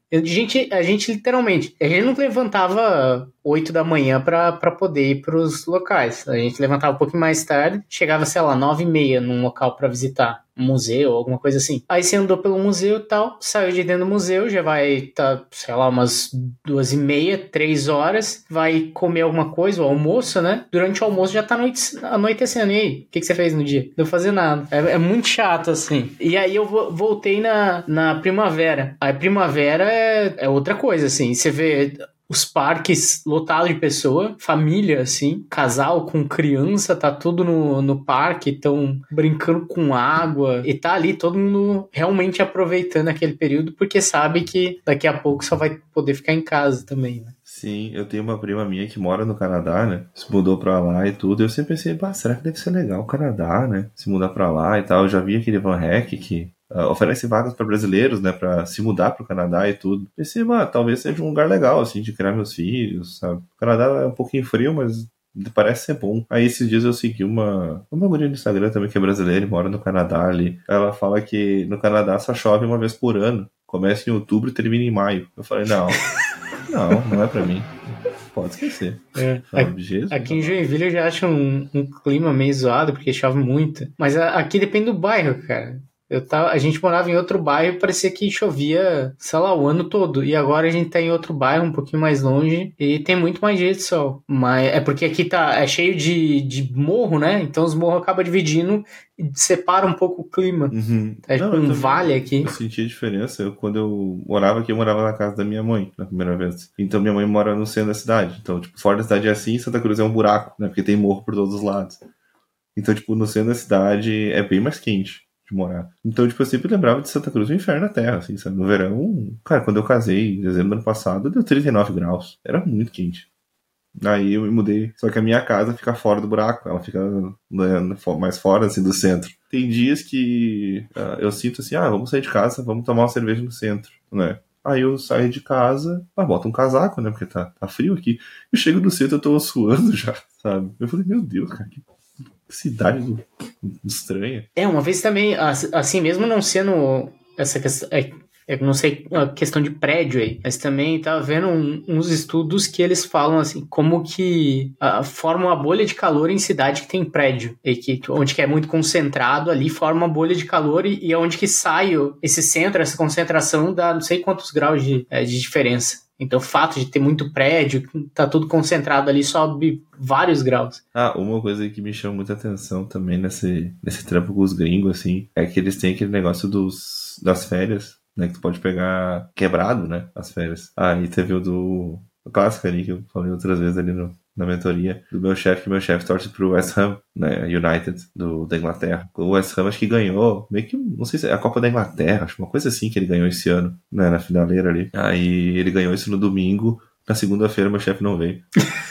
A gente, a gente literalmente, a gente não levantava oito da manhã pra, pra poder ir pros locais. A gente levantava um pouquinho mais tarde, chegava, sei lá, nove e meia num local pra visitar. Um museu, alguma coisa assim. Aí você andou pelo museu e tal, saiu de dentro do museu, já vai, tá, sei lá, umas duas e meia, três horas, vai comer alguma coisa, o almoço, né? Durante o almoço já tá anoite, anoitecendo. E aí, o que, que você fez no dia? Não deu fazer nada. É, é muito chato, assim. E aí eu voltei na, na primavera. A primavera é, é outra coisa, assim. Você vê os parques lotados de pessoa, família, assim, casal com criança, tá tudo no, no parque, estão brincando com água, e tá ali todo mundo realmente aproveitando aquele período, porque sabe que daqui a pouco só vai poder ficar em casa também, né? Sim, eu tenho uma prima minha que mora no Canadá, né? Se mudou pra lá e tudo. Eu sempre pensei, bah, será que deve ser legal o Canadá, né? Se mudar pra lá e tal. Eu já vi aquele Van Heck que uh, oferece vagas pra brasileiros, né? Pra se mudar pro Canadá e tudo. Pensei, bah, talvez seja um lugar legal, assim, de criar meus filhos, sabe? O Canadá é um pouquinho frio, mas parece ser bom. Aí esses dias eu segui uma uma guria no Instagram também que é brasileira e mora no Canadá ali. Ela fala que no Canadá só chove uma vez por ano. Começa em outubro e termina em maio. Eu falei, não... Não, não é pra mim. Pode esquecer. É. Não, Aqui, Jesus, aqui não. em Joinville eu já acho um, um clima meio zoado, porque chove muito. Mas a, aqui depende do bairro, cara. Eu tava, a gente morava em outro bairro e parecia que chovia, sei lá, o ano todo. E agora a gente tá em outro bairro, um pouquinho mais longe, e tem muito mais dia de sol. Mas é porque aqui tá, é cheio de, de morro, né? Então os morros acabam dividindo e separa um pouco o clima. Uhum. É Não, tipo eu um também vale aqui. eu senti a diferença. Eu, quando eu morava aqui, eu morava na casa da minha mãe, na primeira vez. Então minha mãe mora no centro da cidade. Então, tipo, fora da cidade é assim, Santa Cruz é um buraco, né? Porque tem morro por todos os lados. Então, tipo, no centro da cidade é bem mais quente de morar. Então, tipo, eu sempre lembrava de Santa Cruz, o inferno na terra, assim, sabe? No verão, cara, quando eu casei, em dezembro do ano passado, deu trinta e nove graus. Era muito quente. Aí eu me mudei. Só que a minha casa fica fora do buraco. Ela fica, né, mais fora, assim, do centro. Tem dias que uh, eu sinto assim, ah, vamos sair de casa, vamos tomar uma cerveja no centro, né? Aí eu saio de casa, ah, boto um casaco, né? Porque tá, tá frio aqui. Eu chego no centro, eu tô suando já, sabe? Eu falei, meu Deus, cara, que cidade do... estranha. É, uma vez também, assim, mesmo não sendo essa questão, é, eu não sei a questão de prédio aí, mas também tava vendo um, uns estudos que eles falam assim, como que uh, forma uma bolha de calor em cidade que tem prédio, e que onde que é muito concentrado ali, forma uma bolha de calor e, e onde que sai esse centro, essa concentração dá não sei quantos graus de, é, de diferença. Então o fato de ter muito prédio, tá tudo concentrado ali, sobe vários graus. Ah, uma coisa que me chama muita atenção também nesse, nesse trampo com os gringos, assim, é que eles têm aquele negócio dos, das férias, né, que tu pode pegar quebrado, né, as férias. Aí teve o do... o clássico ali, que eu falei outras vezes ali no, na mentoria, do meu chefe, que meu chefe torce pro West Ham, né, United, do, da Inglaterra. O West Ham acho que ganhou, meio que, não sei se é a Copa da Inglaterra, acho uma coisa assim que ele ganhou esse ano, né, na finaleira ali. Aí ele ganhou isso no domingo, na segunda-feira meu chefe não veio.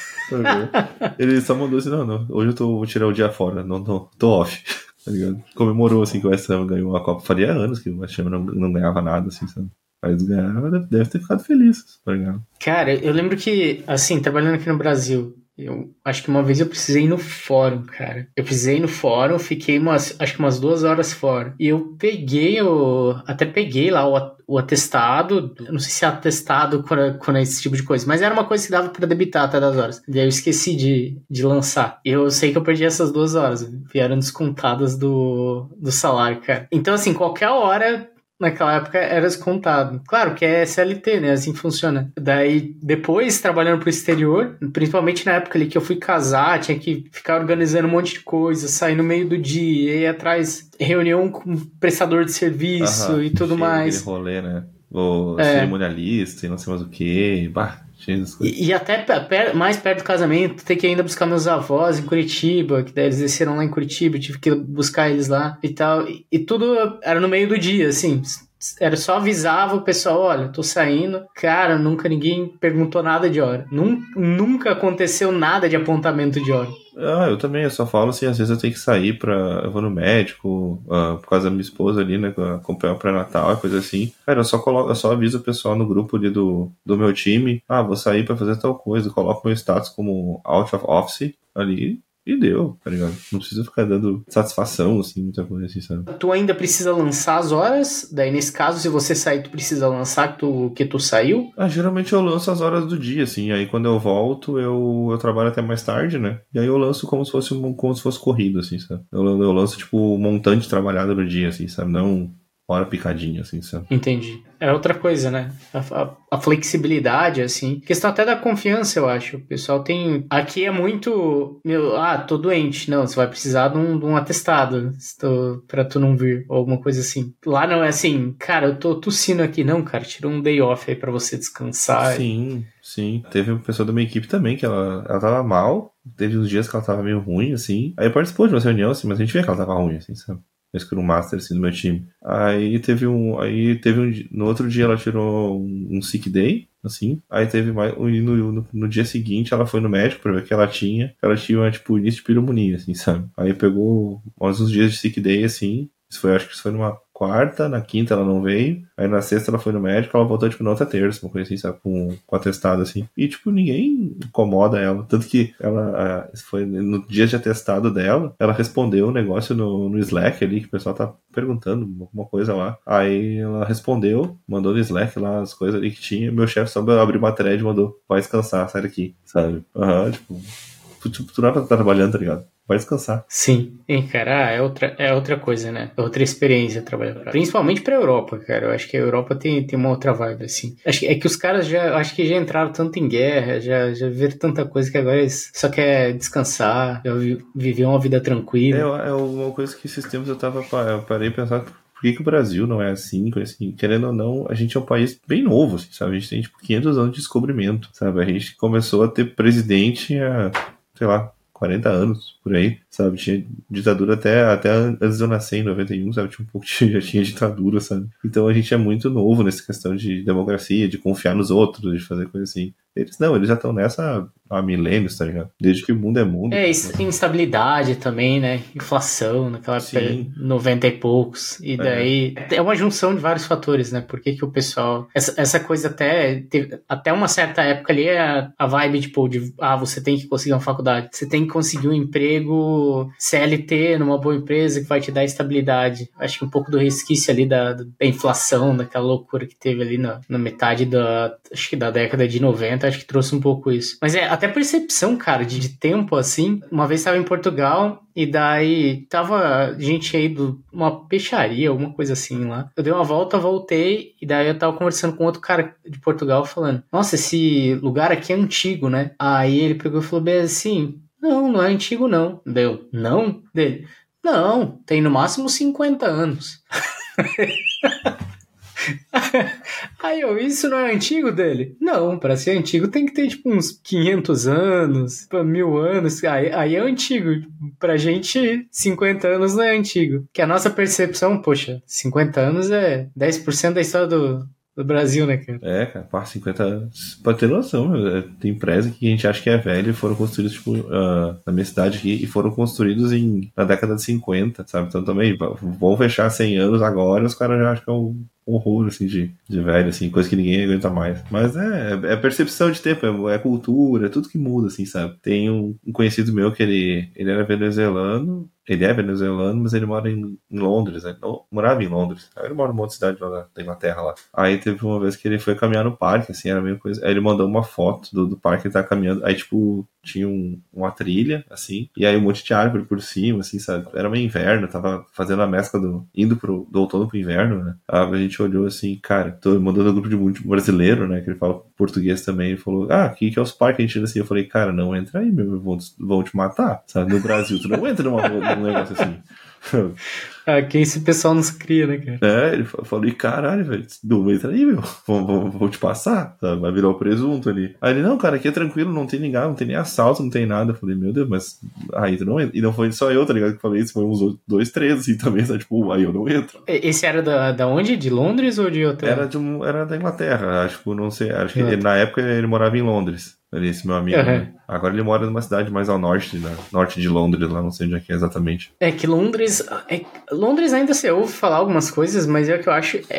Ele só mandou assim, não, não, hoje eu tô, vou tirar o dia fora, não tô, tô off. Tá ligado? Comemorou assim que o West Ham ganhou a Copa. Faria anos que o West Ham não, não ganhava nada, assim, sabe? Mas ganhava, deve, deve ter ficado feliz, tá ligado? Cara, eu lembro que, assim, trabalhando aqui no Brasil, eu acho que uma vez eu precisei ir no fórum, cara. Eu precisei ir no fórum, fiquei umas, acho que umas duas horas fora. E eu peguei o. Até peguei lá o, o atestado. Eu não sei se é atestado quando, quando é esse tipo de coisa, mas era uma coisa que dava pra debitar até das horas. Daí eu esqueci de, de lançar. Eu sei que eu perdi essas duas horas. Vieram descontadas do, do salário, cara. Então, assim, qualquer hora. Naquela época era descontado. Claro que é S L T, né? Assim funciona. Daí, depois, trabalhando pro exterior, principalmente na época ali que eu fui casar, tinha que ficar organizando um monte de coisa, sair no meio do dia, ir atrás, reunião com prestador de serviço Aham, e tudo cheio mais. aquele rolê, né? O É. cerimonialista e não sei mais o que. Bah, cheio das coisas. E, e até per, mais perto do casamento, ter que ainda buscar meus avós em Curitiba, que daí eles desceram lá em Curitiba, eu tive que buscar eles lá e tal. E, e tudo era no meio do dia, assim. Era só avisava o pessoal, olha, tô saindo. Cara, nunca ninguém perguntou nada de hora. Nunca, nunca aconteceu nada de apontamento de hora. Ah, eu também, eu só falo assim, às vezes eu tenho que sair pra... Eu vou no médico, uh, por causa da minha esposa ali, né, acompanhar o pré-natal e coisa assim. Cara, eu só, coloco, eu só aviso o pessoal no grupo ali do, do meu time, ah, vou sair pra fazer tal coisa, coloco meu status como out of office ali, e deu, tá ligado? Não precisa ficar dando satisfação, assim, muita coisa assim, sabe? Tu ainda precisa lançar as horas, daí nesse caso, se você sair, tu precisa lançar que tu, que tu saiu? Ah, geralmente eu lanço as horas do dia, assim, aí quando eu volto, eu, eu trabalho até mais tarde, né? E aí eu lanço como se fosse, um, como se fosse corrido, assim, sabe? Eu, eu lanço, tipo, um montante trabalhado no dia, assim, sabe? Não hora picadinha, assim, sabe? Entendi. É outra coisa, né? A, a, a flexibilidade, assim. Questão até da confiança, eu acho. O pessoal tem... Aqui é muito... Meu, ah, tô doente. Não, você vai precisar de um, de um atestado tô, pra tu não vir. Ou alguma coisa assim. Lá não é assim, cara, eu tô tossindo aqui. Não, cara, tira um day off aí pra você descansar. Sim, sim. Teve uma pessoa da minha equipe também, que ela, ela tava mal. Teve uns dias que ela tava meio ruim, assim. Aí participou de uma reunião, assim, mas a gente vê que ela tava ruim, assim, sabe? Eu escolhi um master assim do meu time. Aí teve um. Aí teve um. No outro dia ela tirou um, um sick day, assim. Aí teve mais. E no, no, no dia seguinte ela foi no médico pra ver o que ela tinha. Ela tinha, tipo, início de pneumonia, assim, sabe? Aí pegou mais uns dias de sick day, assim. Isso foi, acho que isso foi numa quarta, na quinta ela não veio. Aí na sexta ela foi no médico, ela voltou, tipo, na outra terça, uma coisa assim, sabe? Com, com atestado, assim. E, tipo, ninguém incomoda ela. Tanto que ela, a, foi no dia de atestado dela, ela respondeu um negócio no, no Slack ali, que o pessoal tá perguntando alguma coisa lá. Aí ela respondeu, mandou no Slack lá as coisas ali que tinha. Meu chefe só abriu uma thread e mandou, vai descansar, sai daqui, sabe? Aham, uhum, tipo, tu, tu, tu não é pra estar trabalhando, tá ligado? Vai descansar. Sim, encarar é outra, é outra coisa, né? É outra experiência trabalhar. Principalmente pra Europa, cara. Eu acho que a Europa tem, tem uma outra vibe, assim. Acho que, é que os caras já, acho que já entraram tanto em guerra, já, já viram tanta coisa que agora eles só quer descansar, viver uma vida tranquila. É, é uma coisa que esses tempos eu tava, eu parei a pensar, por que, que o Brasil não é assim, assim? Querendo ou não, a gente é um país bem novo, assim, sabe? A gente tem, tipo, quinhentos anos de descobrimento, sabe? A gente começou a ter presidente há, sei lá, quarenta anos, por aí, sabe? Tinha ditadura até, até antes de eu nascer, em noventa e um, sabe? Tinha um pouco de, já tinha ditadura, sabe? Então a gente é muito novo nessa questão de democracia, de confiar nos outros, de fazer coisa assim. Eles não, eles já estão nessa há milênios, tá ligado? Desde que o mundo é mundo. É, instabilidade também, né? Inflação, naquela época, noventa e poucos. E daí, é. é uma junção de vários fatores, né? Por que que o pessoal... Essa, essa coisa até... Teve, até uma certa época ali, a, a vibe, tipo, de... Ah, você tem que conseguir uma faculdade. Você tem que conseguir um emprego C L T numa boa empresa que vai te dar estabilidade. Acho que um pouco do resquício ali da, da inflação, daquela loucura que teve ali na, na metade da... Acho que da década de noventa, acho que trouxe um pouco isso. Mas é, até percepção, cara, de, de tempo, assim. Uma vez estava em Portugal e daí tava gente aí de uma peixaria, alguma coisa assim lá. Eu dei uma volta, voltei e daí eu tava conversando com outro cara de Portugal falando, nossa, esse lugar aqui é antigo, né? Aí ele pegou e falou bem assim, não, não é antigo não. Deu, não? Dele, não, tem no máximo cinquenta anos. Aí eu, isso não é antigo dele? Não, pra ser antigo tem que ter tipo uns quinhentos anos, mil anos, aí, aí é antigo. Pra gente, cinquenta anos não é antigo. Que a nossa percepção, poxa, cinquenta anos é dez por cento da história do, do Brasil, né, cara? É, cara, passa cinquenta anos. Pode ter noção, meu. Tem empresa que a gente acha que é velha e foram construídos, tipo, uh, na minha cidade aqui, e foram construídos em, na década de cinquenta, sabe? Então também, vão fechar cem anos agora, os caras já acham que é um horror, assim, de, de velho, assim, coisa que ninguém aguenta mais. Mas é, é percepção de tempo, é, é cultura, é tudo que muda, assim, sabe? Tem um, um conhecido meu que ele, ele era venezuelano, ele é venezuelano, mas ele mora em, em Londres, né? Não, morava em Londres. Aí ele mora numa outra cidade lá da Inglaterra lá. Aí teve uma vez que ele foi caminhar no parque, assim, era meio coisa. Aí ele mandou uma foto do, do parque que ele tava caminhando. Aí, tipo, tinha um, uma trilha, assim, e aí um monte de árvore por cima, assim, sabe? Era meio inverno, tava fazendo a mescla do. indo pro, do outono pro inverno, né? Aí a gente olhou assim, cara, tô mandando um grupo de muito brasileiro, né? Que ele fala português também. Ele falou, ah, aqui que é os parques, a gente assim. Eu falei, cara, não entra aí, meu, vão, vão te matar, sabe? No Brasil, tu não entra numa, num negócio assim. Aqui esse pessoal não se cria, né, cara? É, ele falou, e caralho, velho, não entra aí, meu, vou, vou, vou te passar, sabe? Vai virar o presunto ali. Aí ele, não, cara, aqui é tranquilo, não tem ninguém, não tem nem assalto, não tem nada. Eu falei, meu Deus, mas aí tu não entra. E não foi só eu, tá ligado, que falei isso, foi uns dois, três, assim, também, sabe? Tipo, aí eu não entro. Esse era da, da onde? De Londres ou de outra? Era, de um, era da Inglaterra, acho que, não sei, acho que ele, na época ele morava em Londres. Esse meu amigo, uhum. Né? Agora ele mora numa cidade mais ao norte, né? Norte de Londres, lá não sei onde é que é exatamente. É que Londres... É, Londres ainda se ouve falar algumas coisas, mas é o que eu acho... É,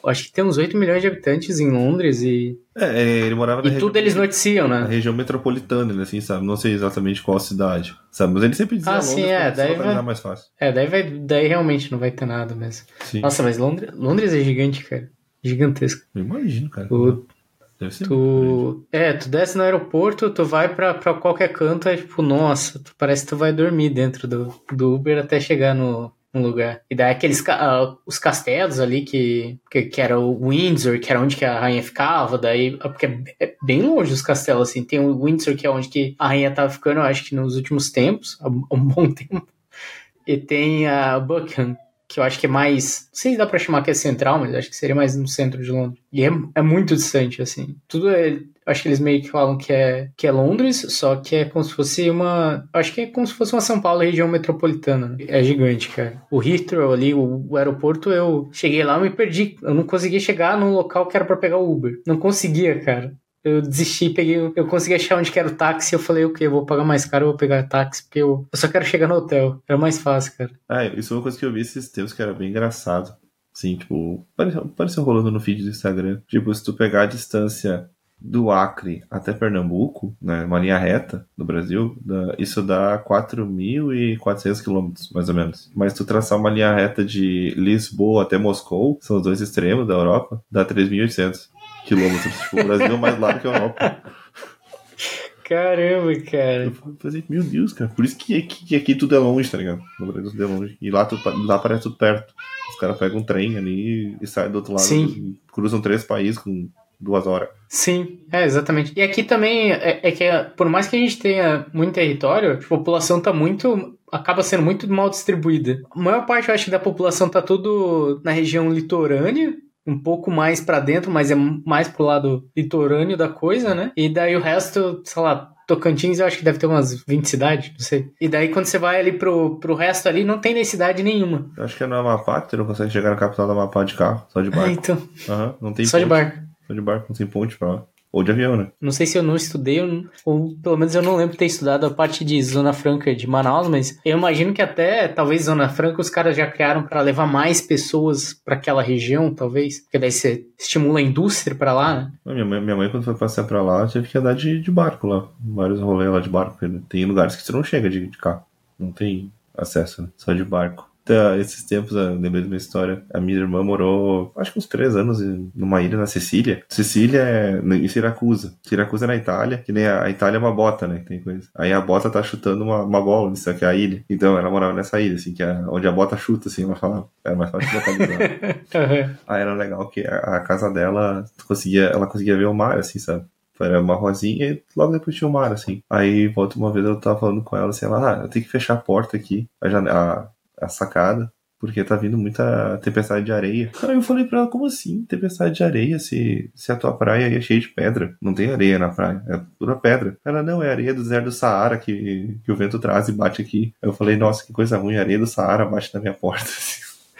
acho que tem uns oito milhões de habitantes em Londres e... É, ele morava na E região, tudo eles noticiam, né? na região metropolitana, assim, sabe? Não sei exatamente qual cidade, sabe? Mas ele sempre dizia Ah, Londres sim, é, pra se daí localizar vai... mais fácil. É, daí, vai, daí realmente não vai ter nada mesmo. Sim. Nossa, mas Londres, Londres é gigante, cara. Gigantesco. Eu imagino, cara. Tu, Deve ser muito grande. tu, é, tu desce no aeroporto, tu vai pra, pra qualquer canto, é tipo, nossa, tu, parece que tu vai dormir dentro do, do Uber até chegar no, no lugar. E daí aqueles ca- ah, os castelos ali que, que, que era o Windsor, que era onde que a rainha ficava, daí, porque é, é bem longe os castelos, assim. Tem o Windsor, que é onde que a rainha tava ficando, eu acho que nos últimos tempos, há um há um bom tempo. E tem a Buckingham, que eu acho que é mais... Não sei se dá pra chamar que é central, mas acho que seria mais no centro de Londres. E é, é muito distante, assim. Tudo é... Acho que eles meio que falam que é, que é Londres, só que é como se fosse uma... Acho que é como se fosse uma São Paulo, região metropolitana. Né? É gigante, cara. O Heathrow ali, o, o aeroporto, eu cheguei lá e me perdi. Eu não conseguia chegar num local que era pra pegar o Uber. Não conseguia, cara. Eu desisti, peguei, eu consegui achar onde que era o táxi, eu falei, o quê? Eu vou pagar mais caro, eu vou pegar táxi, porque eu, eu só quero chegar no hotel. Era mais fácil, cara. Ah, isso é uma coisa que eu vi esses tempos que era bem engraçado. Assim, tipo, pareceu, pareceu rolando no feed do Instagram. Tipo, se tu pegar a distância do Acre até Pernambuco, né, uma linha reta no Brasil, dá- isso dá quatro mil e quatrocentos quilômetros, mais ou menos. Mas tu traçar uma linha reta de Lisboa até Moscou, são os dois extremos da Europa, dá três mil e oitocentos quilômetros. Tipo, o Brasil é mais largo que a Europa. Caramba, cara. Eu falei, meu Deus, cara, por isso que aqui, que aqui tudo é longe, tá ligado? No Brasil tudo é longe. E lá, tudo, lá parece tudo perto. Os caras pegam um trem ali e saem do outro lado, Sim. e cruzam três países com duas horas. Sim, é, exatamente. E aqui também é, é que, é, por mais que a gente tenha muito território, a população tá muito... acaba sendo muito mal distribuída. A maior parte, eu acho, da população tá tudo na região litorânea, um pouco mais pra dentro, mas é mais pro lado litorâneo da coisa, né? E daí o resto, sei lá, Tocantins eu acho que deve ter umas vinte cidades, não sei. E daí quando você vai ali pro, pro resto ali, não tem nem cidade nenhuma. Eu acho que é no Amapá que tu não consegue chegar na capital do Amapá de carro, só de Ah, barco. então, Aham, não tem só de ponte. barco. Só de barco, não tem ponte pra lá. Ou de avião, né? Não sei se eu não estudei, eu não- ou pelo menos eu não lembro de ter estudado a parte de Zona Franca de Manaus, mas eu imagino que até, talvez, Zona Franca os caras já criaram para levar mais pessoas para aquela região, talvez. Porque daí você estimula a indústria para lá, né? Minha mãe, minha mãe, quando foi passear pra lá, teve que andar de, de barco lá. Vários rolês lá de barco. Tem lugares que você não chega de, de carro. Não tem acesso, né? Só de barco. Então, esses tempos, eu lembrei de uma história. A minha irmã morou, acho que uns três anos em- numa ilha na Sicília. Sicília é em Siracusa. Siracusa é na Itália, que nem a, a Itália é uma bota, né? Tem coisa. Aí a bota tá chutando uma, uma bola, isso aqui é a ilha. Então ela morava nessa ilha, assim, que é onde a bota chuta, assim, ela falava. Era mais fácil de localizar. Aham. Aí era legal que a, a casa dela, tu conseguia, ela conseguia ver o mar, assim, sabe? Era uma ruazinha e logo depois tinha o mar, assim. Aí, volta uma vez, eu tava falando com ela, assim, ela, ah, eu tenho que fechar a porta aqui, a, jane- a, a sacada, porque tá vindo muita tempestade de areia. Aí eu falei pra ela, como assim, tempestade de areia, se, se a tua praia aí é cheia de pedra? Não tem areia na praia, é pura pedra. Ela, não, é areia do deserto do Saara que, que o vento traz e bate aqui. Aí eu falei, nossa, que coisa ruim, a areia do Saara bate na minha porta, assim.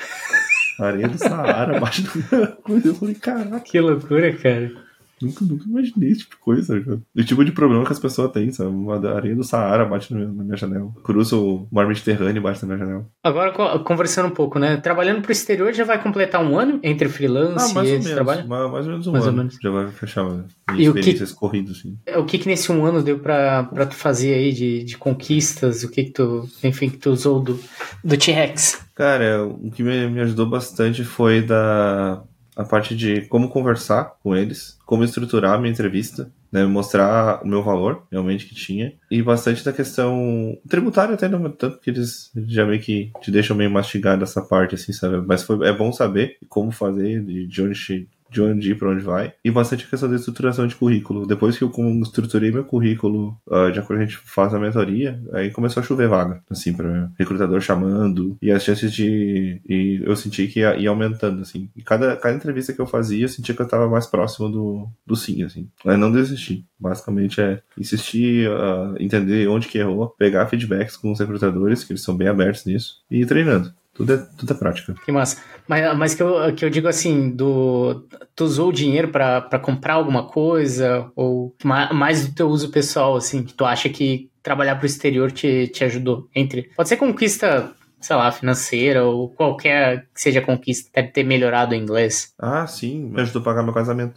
A areia do Saara bate na minha coisa. Eu falei, caraca. Que loucura, cara. Nunca, nunca imaginei esse tipo de coisa, cara. O tipo de problema que as pessoas têm, sabe? Uma da areia do Saara bate na minha, na minha janela. Cruza o mar Mediterrâneo e bate na minha janela. Agora, co- conversando um pouco, né? Trabalhando pro exterior já vai completar um ano entre Ah, freelance mais e ou esse menos. trabalho? Mais, mais ou menos um Mais ou ano. menos. Já vai fechar minhas E o que- experiências corridas, assim. O que que nesse um ano deu pra, pra tu fazer aí de, de conquistas? O que que tu, enfim, que tu usou do, do T-Rex? Cara, o que me, me ajudou bastante foi da a parte de como conversar com eles, como estruturar a minha entrevista, né, mostrar o meu valor realmente que tinha, e bastante da questão tributária até, não tanto que eles já meio que te deixam meio mastigado essa parte, assim, sabe? Mas foi, é bom saber como fazer, de, de onde che- de onde ir para onde vai, e bastante a questão da estruturação de currículo. Depois que eu com- estruturei meu currículo, uh, de acordo com a gente faz a mentoria, aí começou a chover vaga, assim, para recrutador chamando, e as chances de... e eu senti que ia, ia aumentando, assim. E cada, cada entrevista que eu fazia, eu sentia que eu estava mais próximo do, do sim, assim. Aí não desisti. Basicamente é insistir, uh, entender onde que errou, pegar feedbacks com os recrutadores, que eles são bem abertos nisso, e ir treinando. Tudo é, tudo é prática. Que massa. Mas, mas que, eu, que eu digo assim, do, tu usou o dinheiro pra, pra comprar alguma coisa? Ou ma- mais do teu uso pessoal, assim, que tu acha que trabalhar pro exterior te, te ajudou? Entre, pode ser conquista sei lá, financeira ou qualquer que seja conquista, deve ter melhorado o inglês. Ah, sim, me ajudou a pagar meu casamento.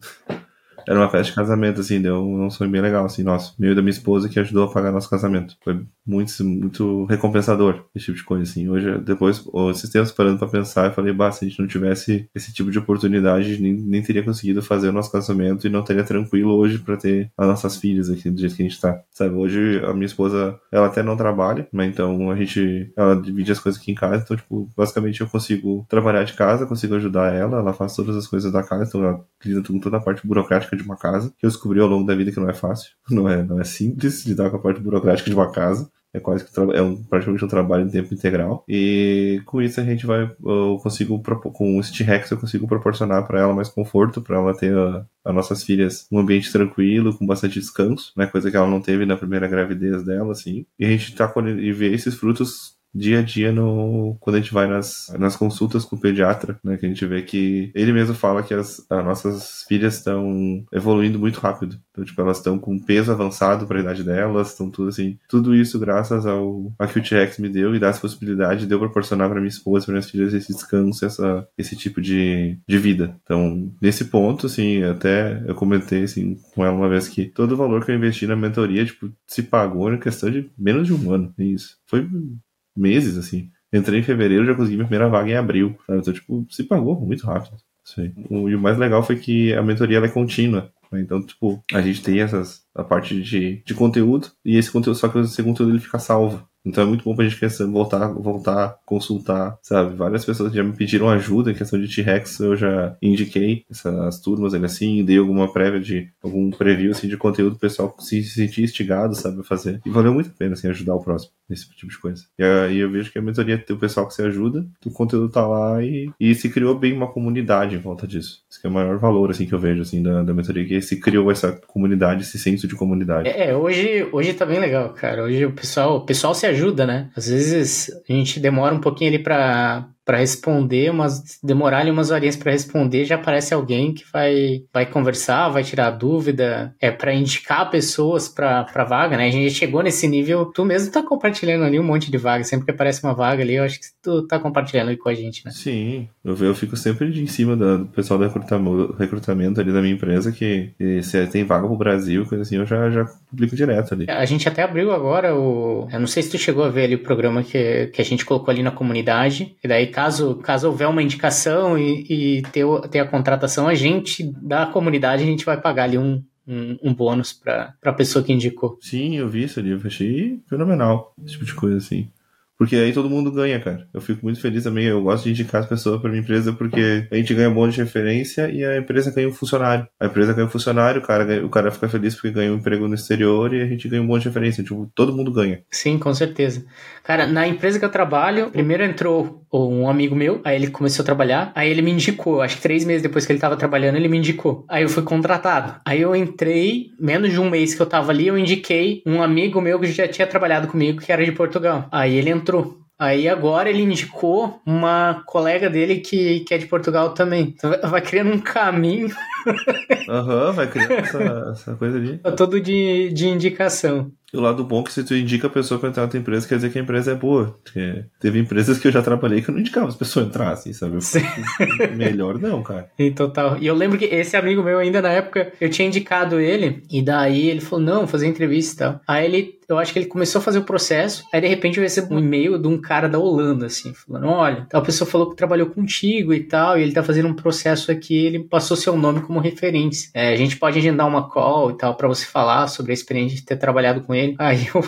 Era uma festa de casamento, assim, deu um sonho bem legal, assim, nossa, meu e da minha esposa que ajudou a pagar nosso casamento. Foi muito, muito recompensador, esse tipo de coisa, assim. Hoje, depois, esses tempos parando pra pensar, eu falei, bah, se a gente não tivesse esse tipo de oportunidade, nem, nem teria conseguido fazer o nosso casamento e não teria tranquilo hoje pra ter as nossas filhas aqui, do jeito que a gente tá, sabe? Hoje, a minha esposa, ela até não trabalha, mas então a gente, ela divide as coisas aqui em casa, então, tipo, basicamente eu consigo trabalhar de casa, consigo ajudar ela, ela faz todas as coisas da casa, então ela lida com toda a parte burocrática de uma casa, que eu descobri ao longo da vida que não é fácil, não é, não é simples lidar com a parte burocrática de uma casa. É quase que é um, praticamente um trabalho em tempo integral. E com isso a gente vai, eu consigo, com o T-Rex eu consigo proporcionar para ela mais conforto, para ela ter a, as nossas filhas um ambiente tranquilo, com bastante descanso, né? Coisa que ela não teve na primeira gravidez dela, assim. E a gente tá e vê esses frutos dia a dia no, quando a gente vai nas, nas consultas com o pediatra, né, que a gente vê que ele mesmo fala que as, as nossas filhas estão evoluindo muito rápido. Então, tipo, elas estão com peso avançado para a idade delas, estão tudo assim. Tudo isso graças ao a que o T-Rex me deu e dá essa possibilidade de eu proporcionar para minha esposa, para minhas filhas esse descanso, essa, esse tipo de, de vida. Então, nesse ponto, assim, até eu comentei assim com ela uma vez que todo o valor que eu investi na mentoria, tipo, se pagou em questão de menos de um ano. É isso. Foi meses, assim. Entrei em fevereiro, já consegui minha primeira vaga em abril, sabe? Então, tipo, se pagou muito rápido. Isso aí. O, e o mais legal foi que a mentoria ela é contínua. Né? Então, tipo, a gente tem essas, a parte de, de conteúdo, e esse conteúdo, só que esse conteúdo ele fica salvo. Então é muito bom pra gente voltar, voltar, consultar, sabe? Várias pessoas já me pediram ajuda em questão de T-Rex, eu já indiquei essas turmas, ele assim, dei alguma prévia de, algum preview, assim, de conteúdo pro pessoal se sentir instigado, sabe, a fazer. E valeu muito a pena, assim, ajudar o próximo, nesse tipo de coisa. E aí eu vejo que a mentoria tem o pessoal que se ajuda, o conteúdo tá lá e, e se criou bem uma comunidade em volta disso. Esse que é o maior valor, assim, que eu vejo, assim, da, da mentoria, que se criou essa comunidade, esse senso de comunidade. É, hoje, hoje tá bem legal, cara. Hoje o pessoal, o pessoal se ajuda, né? Às vezes a gente demora um pouquinho ali pra, pra responder, mas demorar ali umas horinhas pra responder, já aparece alguém que vai, vai conversar, vai tirar dúvida, é pra indicar pessoas pra, pra vaga, né? A gente chegou nesse nível, tu mesmo tá compartilhando ali um monte de vaga, sempre que aparece uma vaga ali, eu acho que tu tá compartilhando aí com a gente, né? Sim, eu, eu fico sempre de em cima do pessoal do recrutamento, recrutamento ali da minha empresa, que, que se tem vaga pro Brasil, coisa assim, eu já, já publico direto ali. A gente até abriu agora o... Eu não sei se tu chegou a ver ali o programa que, que a gente colocou ali na comunidade. E daí, caso, caso houver uma indicação e, e ter, ter a contratação, a gente, da comunidade, a gente vai pagar ali um, um, um bônus pra, pra pessoa que indicou. Sim, eu vi isso ali, eu achei fenomenal, esse tipo de coisa assim. Porque aí todo mundo ganha, cara. Eu fico muito feliz também. Eu gosto de indicar as pessoas para minha empresa porque a gente ganha um bônus de referência e a empresa ganha um funcionário. A empresa ganha um funcionário, o cara, ganha, o cara fica feliz porque ganha um emprego no exterior e a gente ganha um bônus de referência. Tipo, todo mundo ganha. Sim, com certeza. Cara, na empresa que eu trabalho, primeiro entrou um amigo meu, aí ele começou a trabalhar, aí ele me indicou. Acho que três meses depois que ele tava trabalhando, ele me indicou. Aí eu fui contratado. Aí eu entrei, menos de um mês que eu tava ali, eu indiquei um amigo meu que já tinha trabalhado comigo, que era de Portugal. Aí ele entrou. Aí agora ele indicou uma colega dele que, que é de Portugal também. Então vai criando um caminho. Aham, uhum, vai criando essa, essa coisa ali. Todo de, de indicação. O lado bom é que se tu indica a pessoa pra entrar na tua empresa, quer dizer que a empresa é boa. Porque teve empresas que eu já trabalhei que eu não indicava as pessoas entrassem, sabe? Eu, melhor não, cara. Em total. E eu lembro que esse amigo meu ainda na época, eu tinha indicado ele, e daí ele falou, não, fazer entrevista e tal. Aí ele, eu acho que ele começou a fazer o processo, aí de repente eu recebo um e-mail de um cara da Holanda, assim, falando, olha, tal pessoa falou que trabalhou contigo e tal, e ele tá fazendo um processo aqui, ele passou seu nome como referência. É, a gente pode agendar uma call e tal, pra você falar sobre a experiência de ter trabalhado com ele. Aí eu,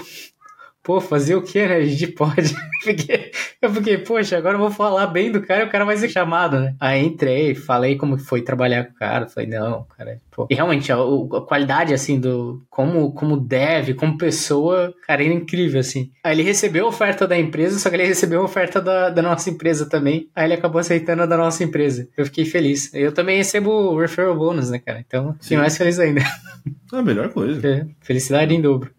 pô, fazer o quê, né? A gente pode. Eu fiquei, poxa, agora eu vou falar bem do cara e o cara vai ser chamado, né? Aí entrei, falei como foi trabalhar com o cara, falei, não, cara, pô. E realmente, a, a qualidade, assim, do como, como dev, como pessoa, cara, era incrível, assim. Aí ele recebeu a oferta da empresa, só que ele recebeu a oferta da, da nossa empresa também. Aí ele acabou aceitando a da nossa empresa. Eu fiquei feliz. Eu também recebo o referral bonus, né, cara? Então, fiquei mais feliz ainda. É a melhor coisa. É, felicidade em dobro.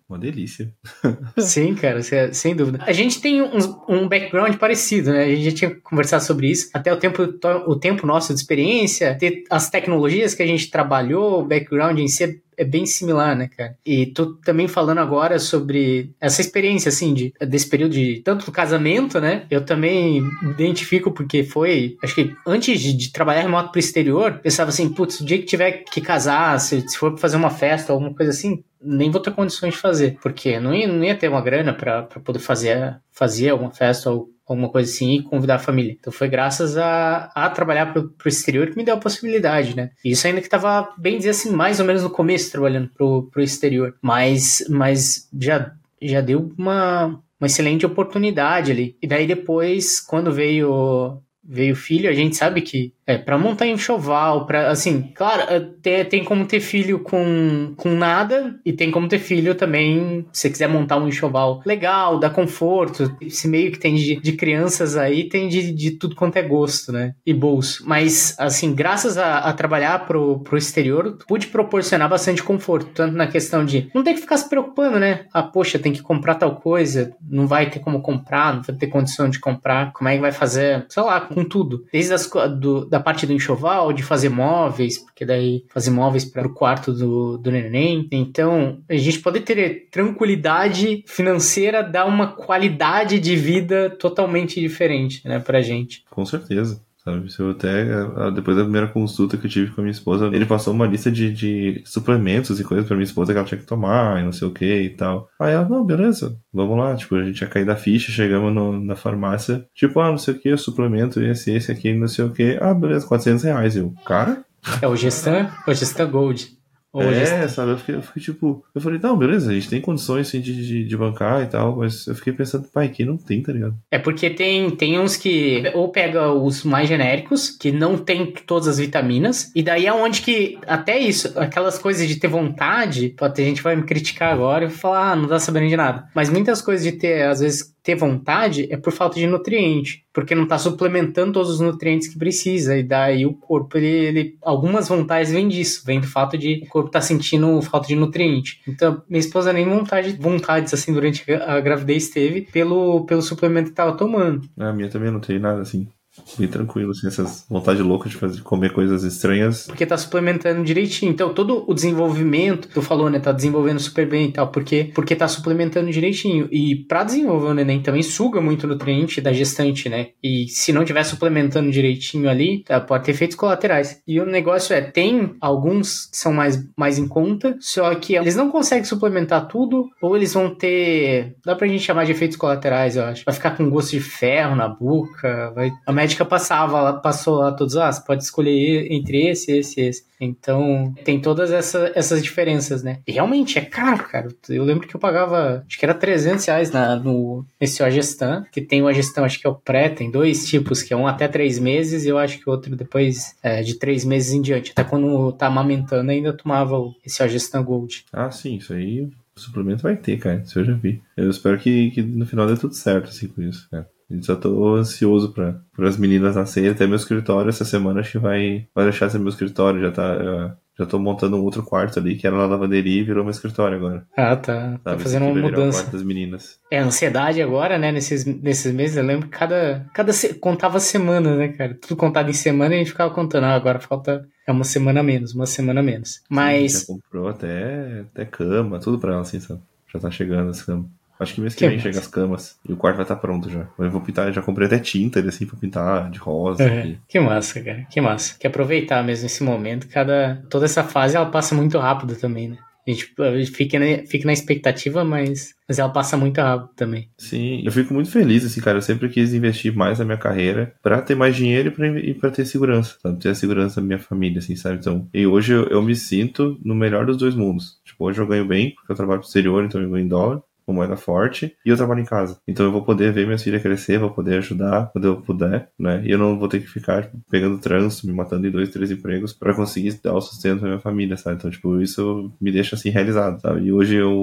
Uma delícia. Sim, cara, sem dúvida. A gente tem uns, um background parecido, né? A gente já tinha conversado sobre isso. Até o tempo, o tempo nosso de experiência, ter as tecnologias que a gente trabalhou, o background em si é, é bem similar, né, cara? E tô também falando agora sobre essa experiência, assim, de, desse período de tanto do casamento, né? Eu também me identifico porque foi, acho que antes de, de trabalhar remoto pro exterior, pensava assim, putz, o dia que tiver que casar, se, se for pra fazer uma festa, alguma coisa assim, nem vou ter condições de fazer, porque não ia, não ia ter uma grana pra, pra poder fazer, fazer alguma festa ou alguma coisa assim e convidar a família. Então foi graças a, a trabalhar pro, pro exterior que me deu a possibilidade, né? Isso ainda que tava, bem dizer assim, mais ou menos no começo trabalhando pro, pro exterior. Mas, mas já, já deu uma, uma excelente oportunidade ali. E daí depois, quando veio... veio filho, a gente sabe que é pra montar enxoval, pra, assim, claro, tem, tem como ter filho com, com nada e tem como ter filho também, se você quiser montar um enxoval legal, dá conforto, esse meio que tem de, de crianças aí, tem de, de tudo quanto é gosto, né, e bolso. Mas, assim, graças a, a trabalhar pro, pro exterior, pude proporcionar bastante conforto, tanto na questão de não ter que ficar se preocupando, né, ah, poxa, tem que comprar tal coisa, não vai ter como comprar, não vai ter condição de comprar, como é que vai fazer, sei lá, com tudo. Desde as, do, da parte do enxoval, de fazer móveis, porque daí fazer móveis para o quarto do, do neném. Então, a gente poder ter tranquilidade financeira dá uma qualidade de vida totalmente diferente, né, pra gente. Com certeza. Sabe, se eu até, depois da primeira consulta que eu tive com a minha esposa, ele passou uma lista de, de suplementos e coisas pra minha esposa que ela tinha que tomar e não sei o que e tal. Aí ela, não, beleza, vamos lá. Tipo, a gente ia cair da ficha, chegamos no, na farmácia, tipo, ah, não sei o que, suplemento, esse, esse aqui, não sei o que. Ah, beleza, quatrocentos reais. Eu, cara... É o Gestan, o Gestan Gold. Ou É, Gestan. sabe, eu fiquei, eu fiquei tipo, eu falei, não, beleza, a gente tem condições assim, de, de, de bancar e tal, mas eu fiquei pensando, pai, aqui não tem, tá ligado? É porque tem, tem uns que ou pega os mais genéricos, que não tem todas as vitaminas, e daí é onde que, até isso, aquelas coisas de ter vontade, pode ter gente que vai me criticar agora e falar, ah, não tá sabendo de nada. Mas muitas coisas de ter, às vezes, ter vontade é por falta de nutriente, porque não tá suplementando todos os nutrientes que precisa, e daí o corpo, ele, ele algumas vontades vêm disso, vem do fato de o corpo tá sentindo falta de nutriente. Então, minha esposa nem vontade, vontades, assim, durante a gravidez teve, pelo, pelo suplemento que tava tomando. A minha também não tem nada assim. Bem tranquilo, assim, essas vontade louca de fazer, comer coisas estranhas. Porque tá suplementando direitinho. Então, todo o desenvolvimento, tu falou, né? Tá desenvolvendo super bem e tal. Porque, porque tá suplementando direitinho. E pra desenvolver o neném também suga muito nutriente da gestante, né? E se não tiver suplementando direitinho ali, tá, pode ter efeitos colaterais. E o negócio é, tem alguns que são mais, mais em conta, só que eles não conseguem suplementar tudo, ou eles vão ter... Dá pra gente chamar de efeitos colaterais, eu acho. Vai ficar com gosto de ferro na boca, vai... A médica passava, passou lá todos, ah, você pode escolher entre esse, esse, esse. Então, tem todas essa, essas diferenças, né? E realmente é caro, cara. Eu lembro que eu pagava, acho que era trezentos reais na, no, nesse Agestan, que tem o Agestan, acho que é o pré, tem dois tipos, que é um até três meses e eu acho que o outro depois é, de três meses em diante. Até quando tá amamentando ainda tomava esse Agestan Gold. Ah, sim, isso aí o suplemento vai ter, cara. Isso eu já vi. Eu espero que, que no final dê tudo certo, assim, com isso, cara. Eu só tô ansioso pra, pra as meninas nascerem. Até meu escritório essa semana acho que vai, vai deixar ser meu escritório. Já tá, já, já tô montando um outro quarto ali, que era na lavanderia e virou meu escritório agora. Ah, tá. Tá Sabe, fazendo uma mudança. O quarto das meninas. É, a ansiedade agora, né, nesses, nesses meses, eu lembro que cada, cada se, contava semanas, né, cara? Tudo contado em semana e a gente ficava contando, ah, agora falta é uma semana a menos, uma semana a menos. Mas... Sim, já comprou até, até cama, tudo pra ela, assim, sabe? Já tá chegando as camas. Acho que mês que, que vem chega as camas e o quarto vai estar tá pronto já. Eu vou pintar, já comprei até tinta assim pra pintar de rosa. É, que massa, cara, que massa. Que aproveitar mesmo esse momento, cada toda essa fase ela passa muito rápido também, né? A gente, a gente fica, na, fica na expectativa, mas, mas ela passa muito rápido também. Sim, eu fico muito feliz, assim, cara. Eu sempre quis investir mais na minha carreira pra ter mais dinheiro e pra, e pra ter segurança, sabe? Ter a segurança da minha família, assim, sabe? Então, e hoje eu, eu me sinto no melhor dos dois mundos. Tipo, hoje eu ganho bem, porque eu trabalho pro exterior, então eu ganho em dólar, com moeda forte, e eu trabalho em casa. Então eu vou poder ver minhas filhas crescer, vou poder ajudar quando eu puder, né? E eu não vou ter que ficar tipo, pegando trânsito, me matando em dois, três empregos pra conseguir dar o sustento pra minha família, sabe? Então, tipo, isso me deixa, assim, realizado, sabe? E hoje eu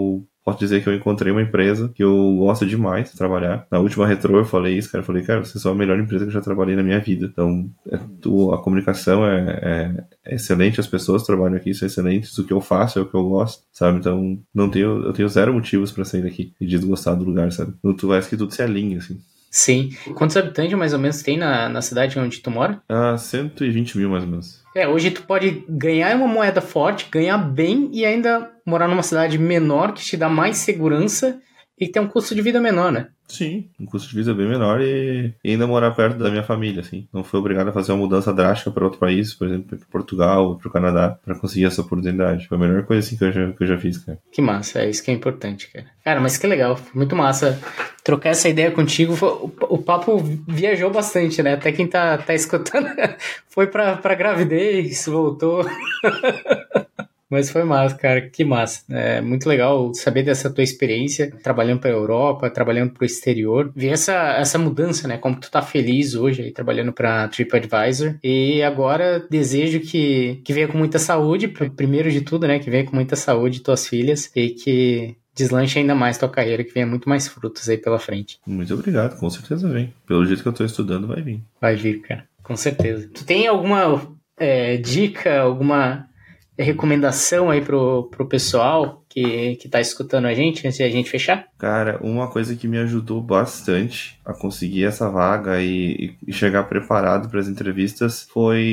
posso dizer que eu encontrei uma empresa que eu gosto demais de trabalhar. Na última Retro eu falei isso, cara. Eu falei, cara, vocês são a melhor empresa que eu já trabalhei na minha vida. Então, é, tu, a comunicação é, é, é excelente, as pessoas que trabalham aqui são excelentes, o que eu faço é o que eu gosto, sabe? Então, não tenho, eu tenho zero motivos pra sair daqui e desgostar do lugar, sabe? Tu vai que tudo se alinha, assim. Sim. Quantos habitantes mais ou menos tem na, na cidade onde tu mora? Ah, cento e vinte mil mais ou menos. É, hoje tu pode ganhar uma moeda forte, ganhar bem e ainda morar numa cidade menor que te dá mais segurança e tem um custo de vida menor, né? Sim, um custo de vida bem menor e, e ainda morar perto da minha família, assim. Não fui obrigado a fazer uma mudança drástica para outro país, por exemplo, para Portugal ou para o Canadá, para conseguir essa oportunidade. Foi a melhor coisa assim que eu já, que eu já fiz, cara. Que massa, é isso que é importante, cara. Cara, mas que legal, foi muito massa trocar essa ideia contigo. O, o papo viajou bastante, né? Até quem tá, tá escutando foi pra, pra gravidez, voltou. Mas foi massa, cara, que massa. É muito legal saber dessa tua experiência, trabalhando pra Europa, trabalhando pro exterior. Ver essa, essa mudança, né, como tu tá feliz hoje aí, trabalhando pra TripAdvisor. E agora desejo que, que venha com muita saúde, primeiro de tudo, né, que venha com muita saúde tuas filhas e que deslanche ainda mais tua carreira, que venha muito mais frutos aí pela frente. Muito obrigado, com certeza vem. Pelo jeito que eu tô estudando, vai vir. Vai vir, cara, com certeza. Tu tem alguma é, dica, alguma recomendação aí pro, pro pessoal que, que tá escutando a gente, antes de a gente fechar? Cara, uma coisa que me ajudou bastante a conseguir essa vaga e, e chegar preparado para as entrevistas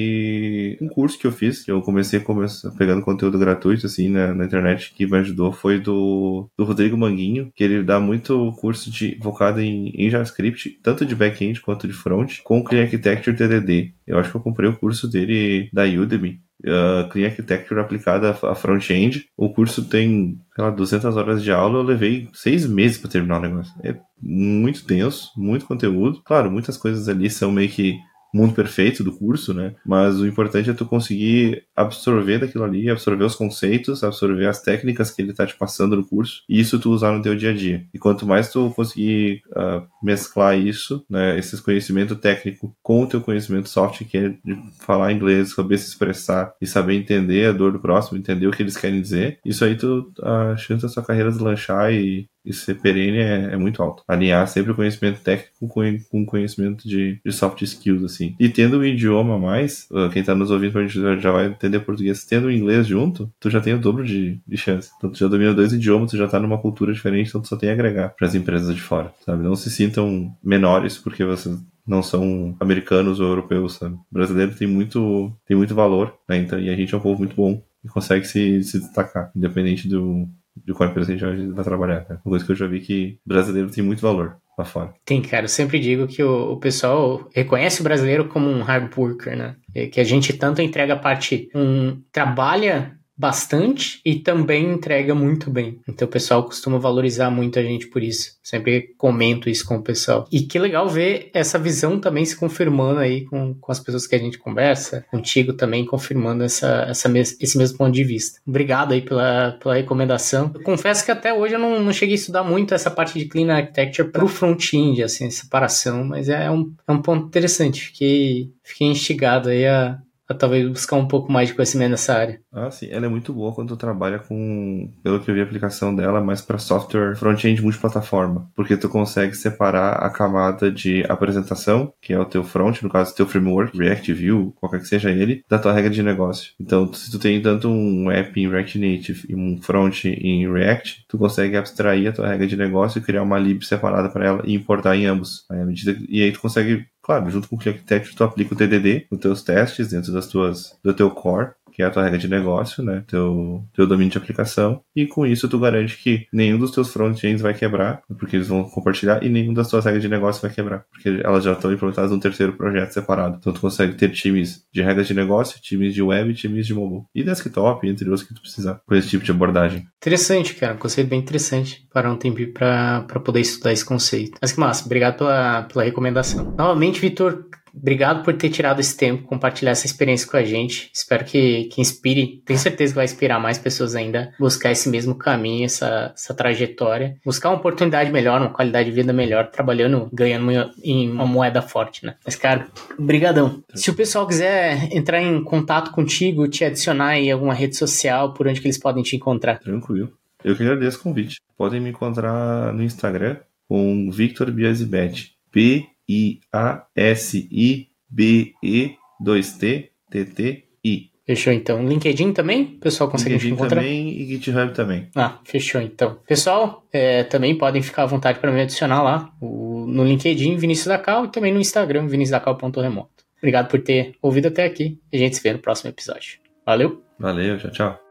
foi um curso que eu fiz, que eu comecei comece, pegando conteúdo gratuito, assim, na, na internet, que me ajudou, foi do, do Rodrigo Manguinho, que ele dá muito curso de, focado em, em JavaScript, tanto de back-end quanto de front, com Clean Architecture T D D. Eu acho que eu comprei o curso dele da Udemy, Uh, Clean Architecture aplicada a front-end. O curso tem, sei lá, duzentas horas de aula. Eu levei seis meses para terminar o negócio. É muito denso, muito conteúdo. Claro, muitas coisas ali são meio que mundo perfeito do curso, né? Mas o importante é tu conseguir absorver daquilo ali, absorver os conceitos, absorver as técnicas que ele tá te passando no curso, e isso tu usar no teu dia a dia. E quanto mais tu conseguir uh, mesclar isso, né, esse conhecimento técnico com o teu conhecimento soft, que é de falar inglês, saber se expressar e saber entender a dor do próximo, entender o que eles querem dizer, isso aí tu, a chance da sua carreira deslanchar e e ser perene é, é muito alto. Alinhar sempre o conhecimento técnico com, com conhecimento de, de soft skills, assim. E tendo um idioma a mais, quem tá nos ouvindo a gente já vai entender português, tendo o inglês junto, tu já tem o dobro de, de chance. Então tu já domina dois idiomas, tu já tá numa cultura diferente, então tu só tem a agregar pras empresas de fora, sabe? Não se sintam menores porque vocês não são americanos ou europeus, sabe? O brasileiro tem muito, tem muito valor, né? Então, e a gente é um povo muito bom e consegue se, se destacar, independente do de qual empresa a gente vai trabalhar, cara. Uma coisa que eu já vi que brasileiro tem muito valor lá fora. Tem, cara. Eu sempre digo que o, o pessoal reconhece o brasileiro como um hard worker, né? É que a gente tanto entrega a parte... Um, trabalha bastante e também entrega muito bem. Então o pessoal costuma valorizar muito a gente por isso. Sempre comento isso com o pessoal. E que legal ver essa visão também se confirmando aí com, com as pessoas que a gente conversa, contigo também confirmando essa, essa mes- esse mesmo ponto de vista. Obrigado aí pela, pela recomendação. Eu confesso que até hoje eu não, não cheguei a estudar muito essa parte de Clean Architecture pro front-end, assim, separação, mas é um, é um ponto interessante. Fiquei, fiquei instigado aí a a talvez buscar um pouco mais de conhecimento nessa área. Ah, sim. Ela é muito boa quando tu trabalha com, pelo que eu vi a aplicação dela, mais para software front-end multiplataforma, porque tu consegue separar a camada de apresentação, que é o teu front, no caso, o teu framework, React, Vue, qualquer que seja ele, da tua regra de negócio. Então, se tu tem tanto um app em React Native e um front em React, tu consegue abstrair a tua regra de negócio e criar uma lib separada para ela e importar em ambos. Aí, à medida, e aí tu consegue, claro, junto com o Clean Architecture, tu aplica o T D D nos teus testes dentro das tuas, do teu core, que é a tua regra de negócio, né, teu, teu domínio de aplicação, e com isso tu garante que nenhum dos teus front-ends vai quebrar, porque eles vão compartilhar, e nenhum das tuas regras de negócio vai quebrar, porque elas já estão implementadas num terceiro projeto separado. Então tu consegue ter times de regras de negócio, times de web, times de mobile, e desktop, entre outros que tu precisar, com esse tipo de abordagem. Interessante, cara, um conceito bem interessante, parar um tempinho pra, pra poder estudar esse conceito. Mas que massa, obrigado pela, pela recomendação. Novamente, Vitor, obrigado por ter tirado esse tempo, compartilhar essa experiência com a gente. Espero que, que inspire, tenho certeza que vai inspirar mais pessoas ainda a buscar esse mesmo caminho, essa, essa trajetória. Buscar uma oportunidade melhor, uma qualidade de vida melhor, trabalhando, ganhando em uma moeda forte, né? Mas, cara, brigadão. Se o pessoal quiser entrar em contato contigo, te adicionar em alguma rede social, por onde que eles podem te encontrar? Tranquilo. Eu que agradeço o convite. Podem me encontrar no Instagram com Victor Biasibet. P I A S I B E dois T T T I. Fechou, então. LinkedIn também? O pessoal consegue te LinkedIn encontrar? também e GitHub também. Ah, fechou, então. Pessoal, é, também podem ficar à vontade para me adicionar lá o, no LinkedIn, Vinícius da Cal, e também no Instagram, vinicius da cal ponto remoto. Obrigado por ter ouvido até aqui e a gente se vê no próximo episódio. Valeu! Valeu, tchau, tchau.